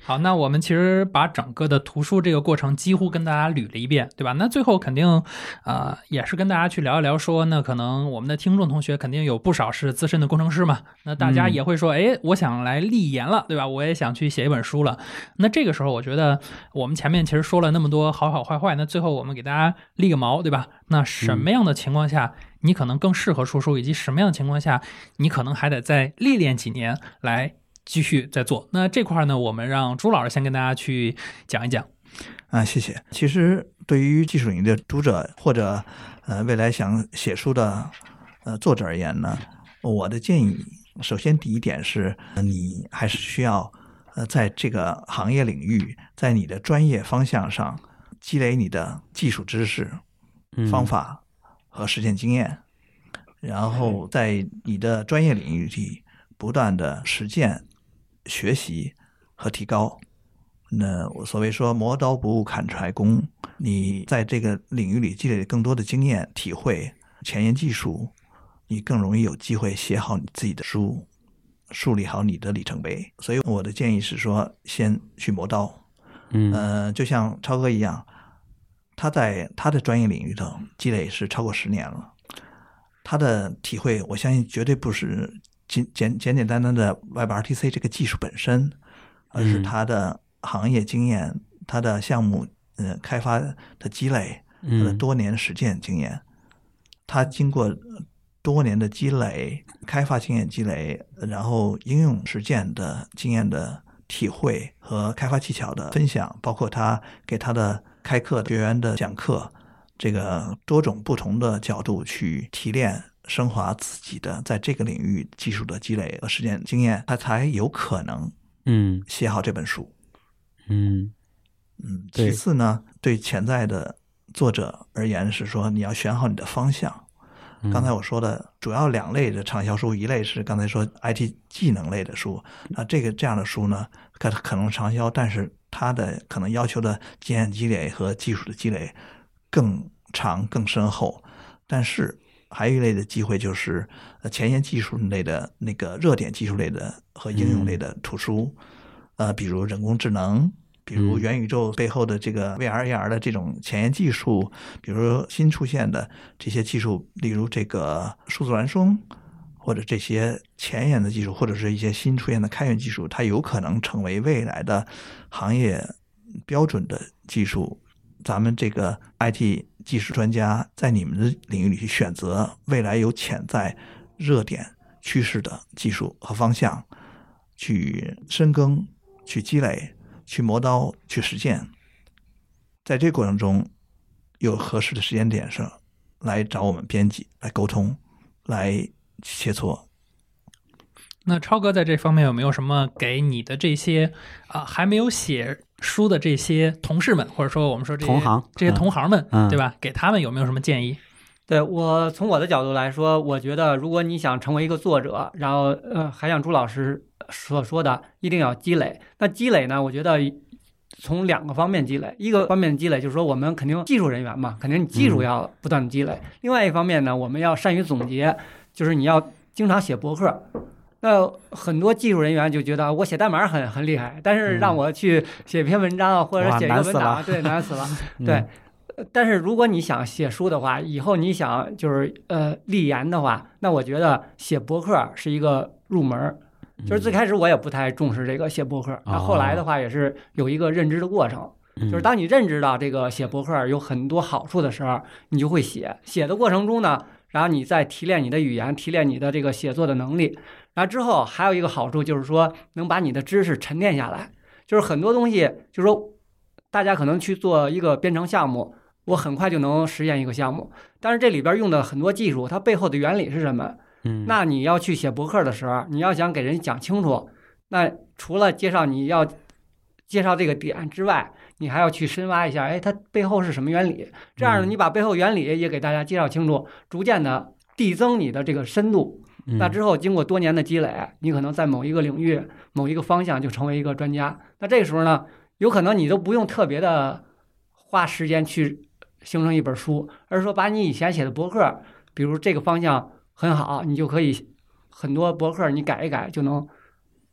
好，那我们其实把整个的图书这个过程几乎跟大家捋了一遍，对吧？那最后肯定，呃，也是跟大家去聊一聊说，那可能我们的听众同学肯定有不少是资深的工程师嘛，那大家也会说，哎、嗯，我想来立言了，对吧？我也想去写一本书了。那这个时候，我觉得我们前面其实说了那么多好好坏坏，那最后我们给大家立个毛，对吧？那什么样的情况下，嗯，你可能更适合出书，以及什么样的情况下，你可能还得再历练几年来继续再做。那这块呢，我们让朱老师先跟大家去讲一讲。 啊，谢谢。其实对于技术领域的读者或者呃未来想写书的呃作者而言呢，我的建议，首先第一点是，你还是需要呃在这个行业领域，在你的专业方向上积累你的技术知识、方法和实践经验，嗯、然后在你的专业领域里不断的实践、学习和提高。那我所谓说磨刀不误砍柴工，你在这个领域里积累更多的经验、体会、前沿技术，你更容易有机会写好你自己的书，树立好你的里程碑。所以我的建议是说，先去磨刀。嗯，呃，就像超哥一样，他在他的专业领域头积累是超过十年了，他的体会，我相信绝对不是简简简简单单的 Web R T C 这个技术本身，而是他的行业经验、嗯、他的项目呃开发的积累，他的多年实践经验、嗯、他经过多年的积累、开发经验积累，然后应用实践的经验的体会和开发技巧的分享，包括他给他的开课学员的讲课，这个多种不同的角度去提炼升华自己的在这个领域技术的积累和实践经验，他才有可能嗯写好这本书。嗯嗯，其次呢，对潜在的作者而言是说，你要选好你的方向。刚才我说的主要两类的畅销书，一类是刚才说 I T 技能类的书，那这个这样的书呢，可可能畅销，但是它的可能要求的经验积累和技术的积累更长更深厚。但是还有一类的机会就是前沿技术类的那个热点技术类的和应用类的图书，呃，比如人工智能，比如元宇宙背后的这个 V R A R 的这种前沿技术，比如新出现的这些技术，例如这个数字孪生，或者这些前沿的技术，或者是一些新出现的开源技术，它有可能成为未来的行业标准的技术。咱们这个 I T 技术专家在你们的领域里去选择未来有潜在热点趋势的技术和方向，去深耕、去积累、去磨刀、去实践，在这个过程中有合适的时间点上来找我们编辑来沟通，来切磋。 那超哥在这方面有没有什么给你的这些啊、呃、还没有写书的这些同事们，或者说我们说这些同行这些同行们、 嗯、 对吧？给他们有没有什么建议？ 对，我从我的角度来说，我觉得如果你想成为一个作者，然后呃，还像朱老师所说的，一定要积累。那积累呢，我觉得从两个方面积累，一个方面积累就是说我们肯定技术人员嘛，肯定你技术要不断的积累、嗯、另外一方面呢，我们要善于总结，就是你要经常写博客。那很多技术人员就觉得我写代码很很厉害，但是让我去写篇文章、嗯、或者写一个文档，对，难死了。对、嗯，但是如果你想写书的话，以后你想就是呃立言的话，那我觉得写博客是一个入门。就是最开始我也不太重视这个写博客，那、嗯、后来的话也是有一个认知的过程。嗯、就是当你认知到这个写博客有很多好处的时候，你就会写。写的过程中呢，然后你再提炼你的语言，提炼你的这个写作的能力。然后之后还有一个好处就是说，能把你的知识沉淀下来。就是很多东西，就是说，大家可能去做一个编程项目，我很快就能实现一个项目，但是这里边用的很多技术，它背后的原理是什么？嗯，那你要去写博客的时候，你要想给人讲清楚，那除了介绍你要介绍这个点之外，你还要去深挖一下，哎，它背后是什么原理？这样呢，你把背后原理也给大家介绍清楚，逐渐的递增你的这个深度。那之后经过多年的积累，你可能在某一个领域某一个方向就成为一个专家。那这个时候呢，有可能你都不用特别的花时间去形成一本书，而是说把你以前写的博客，比如这个方向很好，你就可以很多博客你改一改就能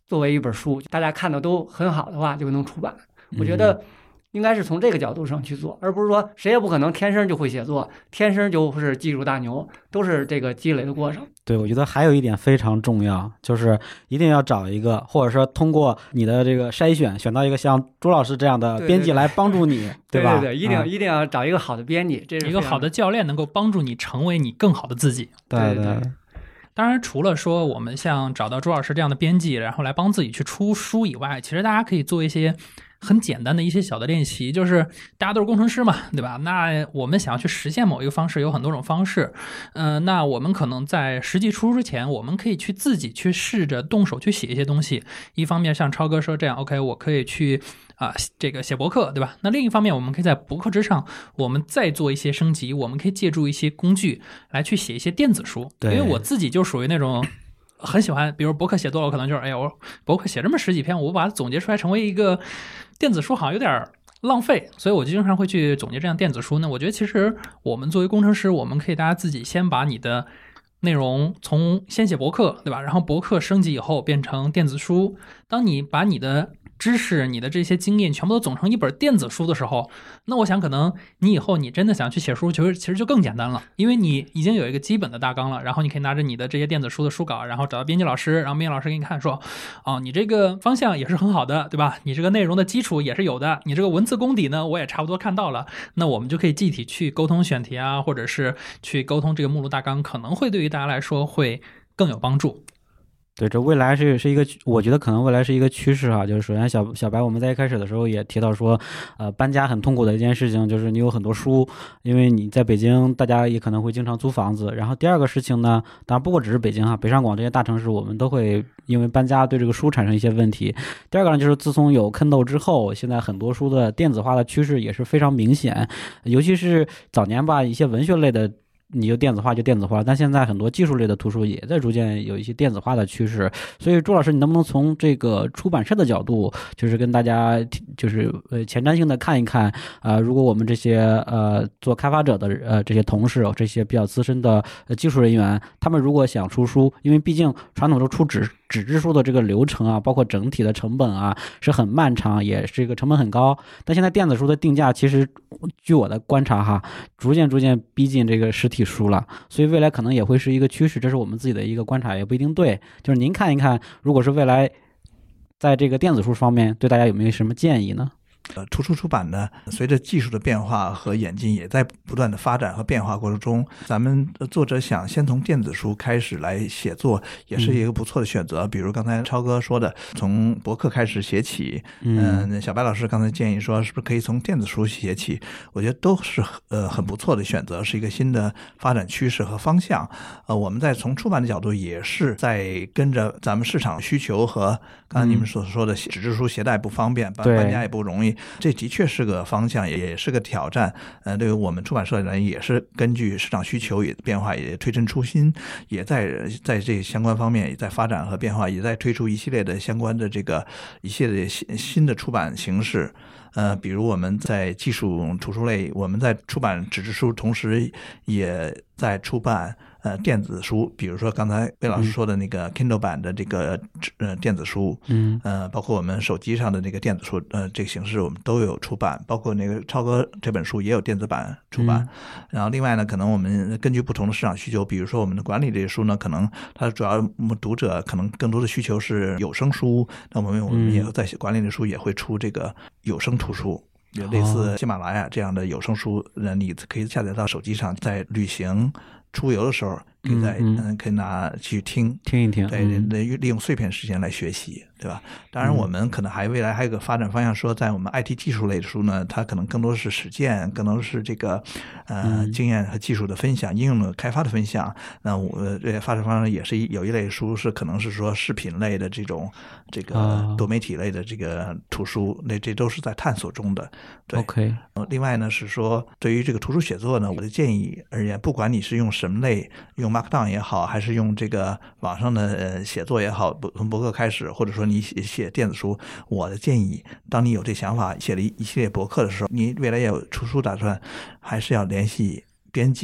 作为一本书，大家看的都很好的话，就能出版。我觉得应该是从这个角度上去做，而不是说谁也不可能天生就会写作，天生就是技术大牛，都是这个积累的过程。 对，我觉得还有一点非常重要，就是一定要找一个，或者说通过你的这个筛选，选到一个像朱老师这样的编辑来帮助你， 对吧？ 对对，一定、 嗯、 一定要找一个好的编辑，这是一个好的教练能够帮助你成为你更好的自己。 对对, 对, 对。 当然，除了说我们像找到朱老师这样的编辑，然后来帮自己去出书以外，其实大家可以做一些很简单的一些小的练习，就是大家都是工程师嘛，对吧？那我们想要去实现某一个方式，有很多种方式。嗯、呃，那我们可能在实际出书之前，我们可以去自己去试着动手去写一些东西。一方面像超哥说这样 ，OK， 我可以去啊、呃、这个写博客，对吧？那另一方面，我们可以在博客之上，我们再做一些升级，我们可以借助一些工具来去写一些电子书。因为我自己就属于那种很喜欢，比如博客写多了，我可能就是，哎呀，我博客写这么十几篇，我把它总结出来成为一个电子书，好像有点浪费，所以我就经常会去总结这样电子书呢。我觉得其实我们作为工程师，我们可以大家自己先把你的内容从先写博客，对吧？然后博客升级以后变成电子书。当你把你的知识、你的这些经验全部都总成一本电子书的时候，那我想可能你以后你真的想去写书，其实其实就更简单了，因为你已经有一个基本的大纲了，然后你可以拿着你的这些电子书的书稿，然后找到编辑老师，然后编辑老师给你看说，哦，你这个方向也是很好的，对吧？你这个内容的基础也是有的，你这个文字功底呢，我也差不多看到了，那我们就可以具体去沟通选题啊，或者是去沟通这个目录大纲，可能会对于大家来说会更有帮助。 对，这未来是是一个，我觉得可能未来是一个趋势哈。就是首先小小白我们在一开始的时候也提到说，呃，搬家很痛苦的一件事情就是你有很多书，因为你在北京，大家也可能会经常租房子。然后第二个事情呢，当然不过只是北京哈，北上广这些大城市，我们都会因为搬家对这个书产生一些问题。第二个呢，就是自从有 Kindle 之后，现在很多书的电子化的趋势也是非常明显，尤其是早年吧，一些文学类的。你就电子化就电子化，但现在很多技术类的图书也在逐渐有一些电子化的趋势。所以朱老师，你能不能从这个出版社的角度，就是跟大家就是呃前瞻性的看一看啊、呃，如果我们这些呃做开发者的呃这些同事，这些比较资深的呃技术人员，他们如果想出书，因为毕竟传统中出纸纸质书的这个流程啊，包括整体的成本啊是很漫长，也是一个成本很高。但现在电子书的定价其实据我的观察哈，逐渐逐渐逼近这个实体书了，所以未来可能也会是一个趋势，这是我们自己的一个观察，也不一定对。就是您看一看，如果是未来在这个电子书方面，对大家有没有什么建议呢？ 呃，图书出版呢，随着技术的变化和演进，也在不断的发展和变化过程中，咱们作者想先从电子书开始来写作，也是一个不错的选择。嗯、比如刚才超哥说的，从博客开始写起，嗯、呃，小白老师刚才建议说，是不是可以从电子书写起？我觉得都是呃很不错的选择，是一个新的发展趋势和方向。呃，我们在从出版的角度，也是在跟着咱们市场需求和刚才你们所说的纸质书携带不方便，搬搬家也不容易。这的确是个方向，也是个挑战。呃，对于我们出版社人，也是根据市场需求也变化，也推陈出新，也在在这相关方面也在发展和变化，也在推出一系列的相关的这个一系列新新的出版形式。呃，比如我们在技术图书类，我们在出版纸质书，同时也在出版呃电子书，比如说刚才魏老师说的那个 Kindle 版的这个呃电子书，嗯，呃，包括我们手机上的那个电子书，呃，这个形式我们都有出版，包括那个超哥这本书也有电子版出版。嗯、然后另外呢，可能我们根据不同的市场需求，比如说我们的管理这些书呢，可能它的主要读者可能更多的需求是有声书，那我们我们也在管理的书也会出这个有声图书。有类似喜马拉雅这样的有声书，那你可以下载到手机上，在旅行、出游的时候，可以在嗯、呃、可以拿去听听一听， 对， 嗯、 利用碎片时间来学习，对吧？当然，我们可能还未来还有个发展方向，说在我们 I T 技术类的书呢，它可能更多是实践，更多是这个呃经验和技术的分享、应用的开发的分享。那我这些发展方向也是有一类书是可能是说视频类的这种这个多媒体类的这个图书，那这都是在探索中的。对 OK。 另外呢是说，对于这个图书写作呢，我的建议而言，不管你是用什么类，用 Markdown 也好，还是用这个网上的呃写作也好，从博客开始，或者说你写写电子书，我的建议，当你有这想法，写了一系列博客的时候，你未来也有出书打算，还是要联系编辑，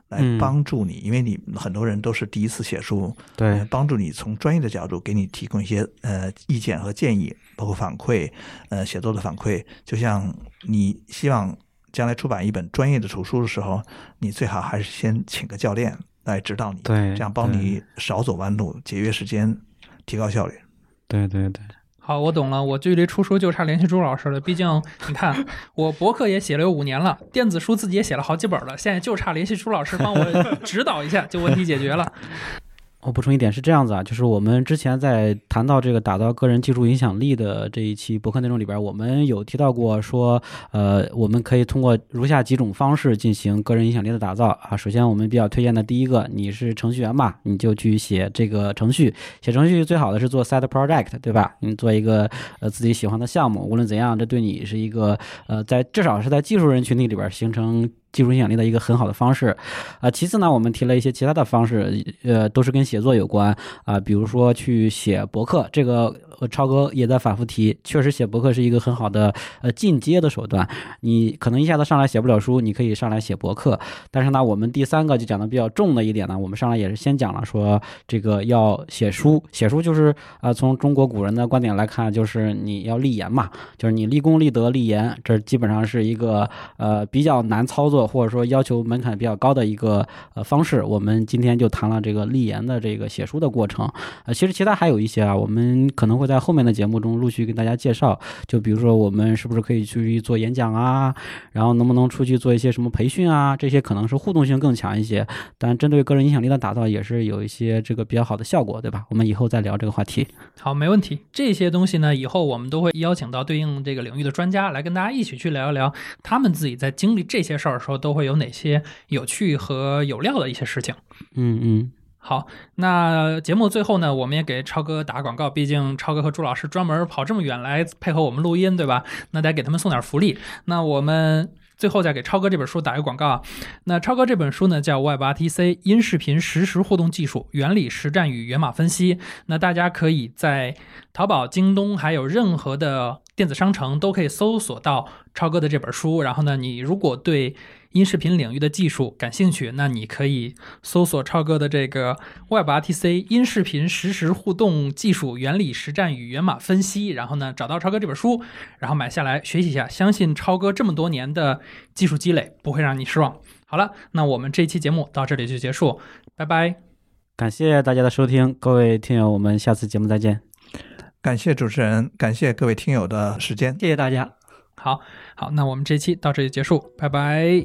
来帮助你，嗯、因为你很多人都是第一次写书， 对、 呃，帮助你从专业的角度给你提供一些呃意见和建议，包括反馈，呃，写作的反馈。就像你希望将来出版一本专业的图书的时候，你最好还是先请个教练来指导你， 对， 这样帮你少走弯路，节约时间，提高效率。 对对对。 好，我懂了，我距离出书就差联系朱老师了。毕竟你看，我博客也写了有五年了，电子书自己也写了好几本了，现在就差联系朱老师帮我指导一下，就问题解决了。 我补充一点是这样子啊，就是我们之前在谈到这个打造个人技术影响力的这一期博客内容里边，我们有提到过说，呃，我们可以通过如下几种方式进行个人影响力的打造啊。首先，我们比较推荐的第一个，你是程序员嘛，你就去写这个程序，写程序最好的是做 side project， 对吧？你做一个呃自己喜欢的项目，无论怎样，这对你是一个呃在至少是在技术人群体里边形成技术影响力的一个很好的方式，啊、呃，其次呢，我们提了一些其他的方式，呃，都是跟写作有关啊、呃，比如说去写博客，这个呃超哥也在反复提，确实写博客是一个很好的呃进阶的手段。你可能一下子上来写不了书，你可以上来写博客，但是呢，我们第三个就讲的比较重的一点呢，我们上来也是先讲了说这个要写书，写书就是啊、呃，从中国古人的观点来看，就是你要立言嘛，就是你立功立德立言，这基本上是一个呃比较难操作，或者说要求门槛比较高的一个呃方式。我们今天就谈了这个立言的这个写书的过程。呃，其实其他还有一些啊，我们可能会在后面的节目中陆续跟大家介绍。就比如说我们是不是可以去做演讲啊，然后能不能出去做一些什么培训啊，这些可能是互动性更强一些，但针对个人影响力的打造也是有一些这个比较好的效果，对吧？我们以后再聊这个话题。 好，没问题。这些东西呢，以后我们都会邀请到对应这个领域的专家来跟大家一起去聊一聊，他们自己在经历这些事儿的时候都会有哪些有趣和有料的一些事情。 嗯嗯。 好，那节目最后呢，我们也给超哥打广告，毕竟超哥和朱老师专门跑这么远来配合我们录音，对吧？那得给他们送点福利。那我们最后再给超哥这本书打一个广告啊。那超哥这本书呢叫 Web R T C 音视频实时互动技术原理实战与源码分析。那大家可以在淘宝、京东还有任何的电子商城都可以搜索到超哥的这本书。然后呢，你如果对音视频领域的技术感兴趣，那你可以搜索超哥的这个 Web R T C 音视频实时互动技术原理实战与源码分析，然后呢找到超哥这本书，然后买下来学习一下，相信超哥这么多年的技术积累不会让你失望。好了，那我们这期节目到这里就结束，拜拜。 感谢大家的收听，各位听友，我们下次节目再见。 感谢主持人，感谢各位听友的时间， 谢谢大家。 好好，那我们这期到这里结束，拜拜。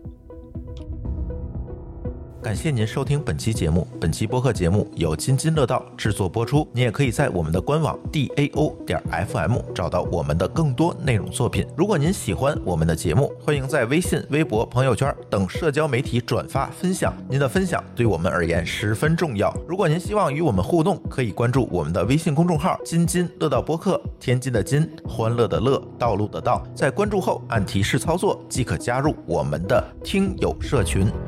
感谢您收听本期节目，本期播客节目由津津乐道制作播出。你也可以在我们的官网 D A O 点 F M 找到我们的更多内容作品。如果您喜欢我们的节目，欢迎在微信、微博、朋友圈等社交媒体转发分享，您的分享对我们而言十分重要。如果您希望与我们互动，可以关注我们的微信公众号津津乐道播客，天津的津，欢乐的乐，道路的道。在关注后按提示操作即可加入我们的听友社群。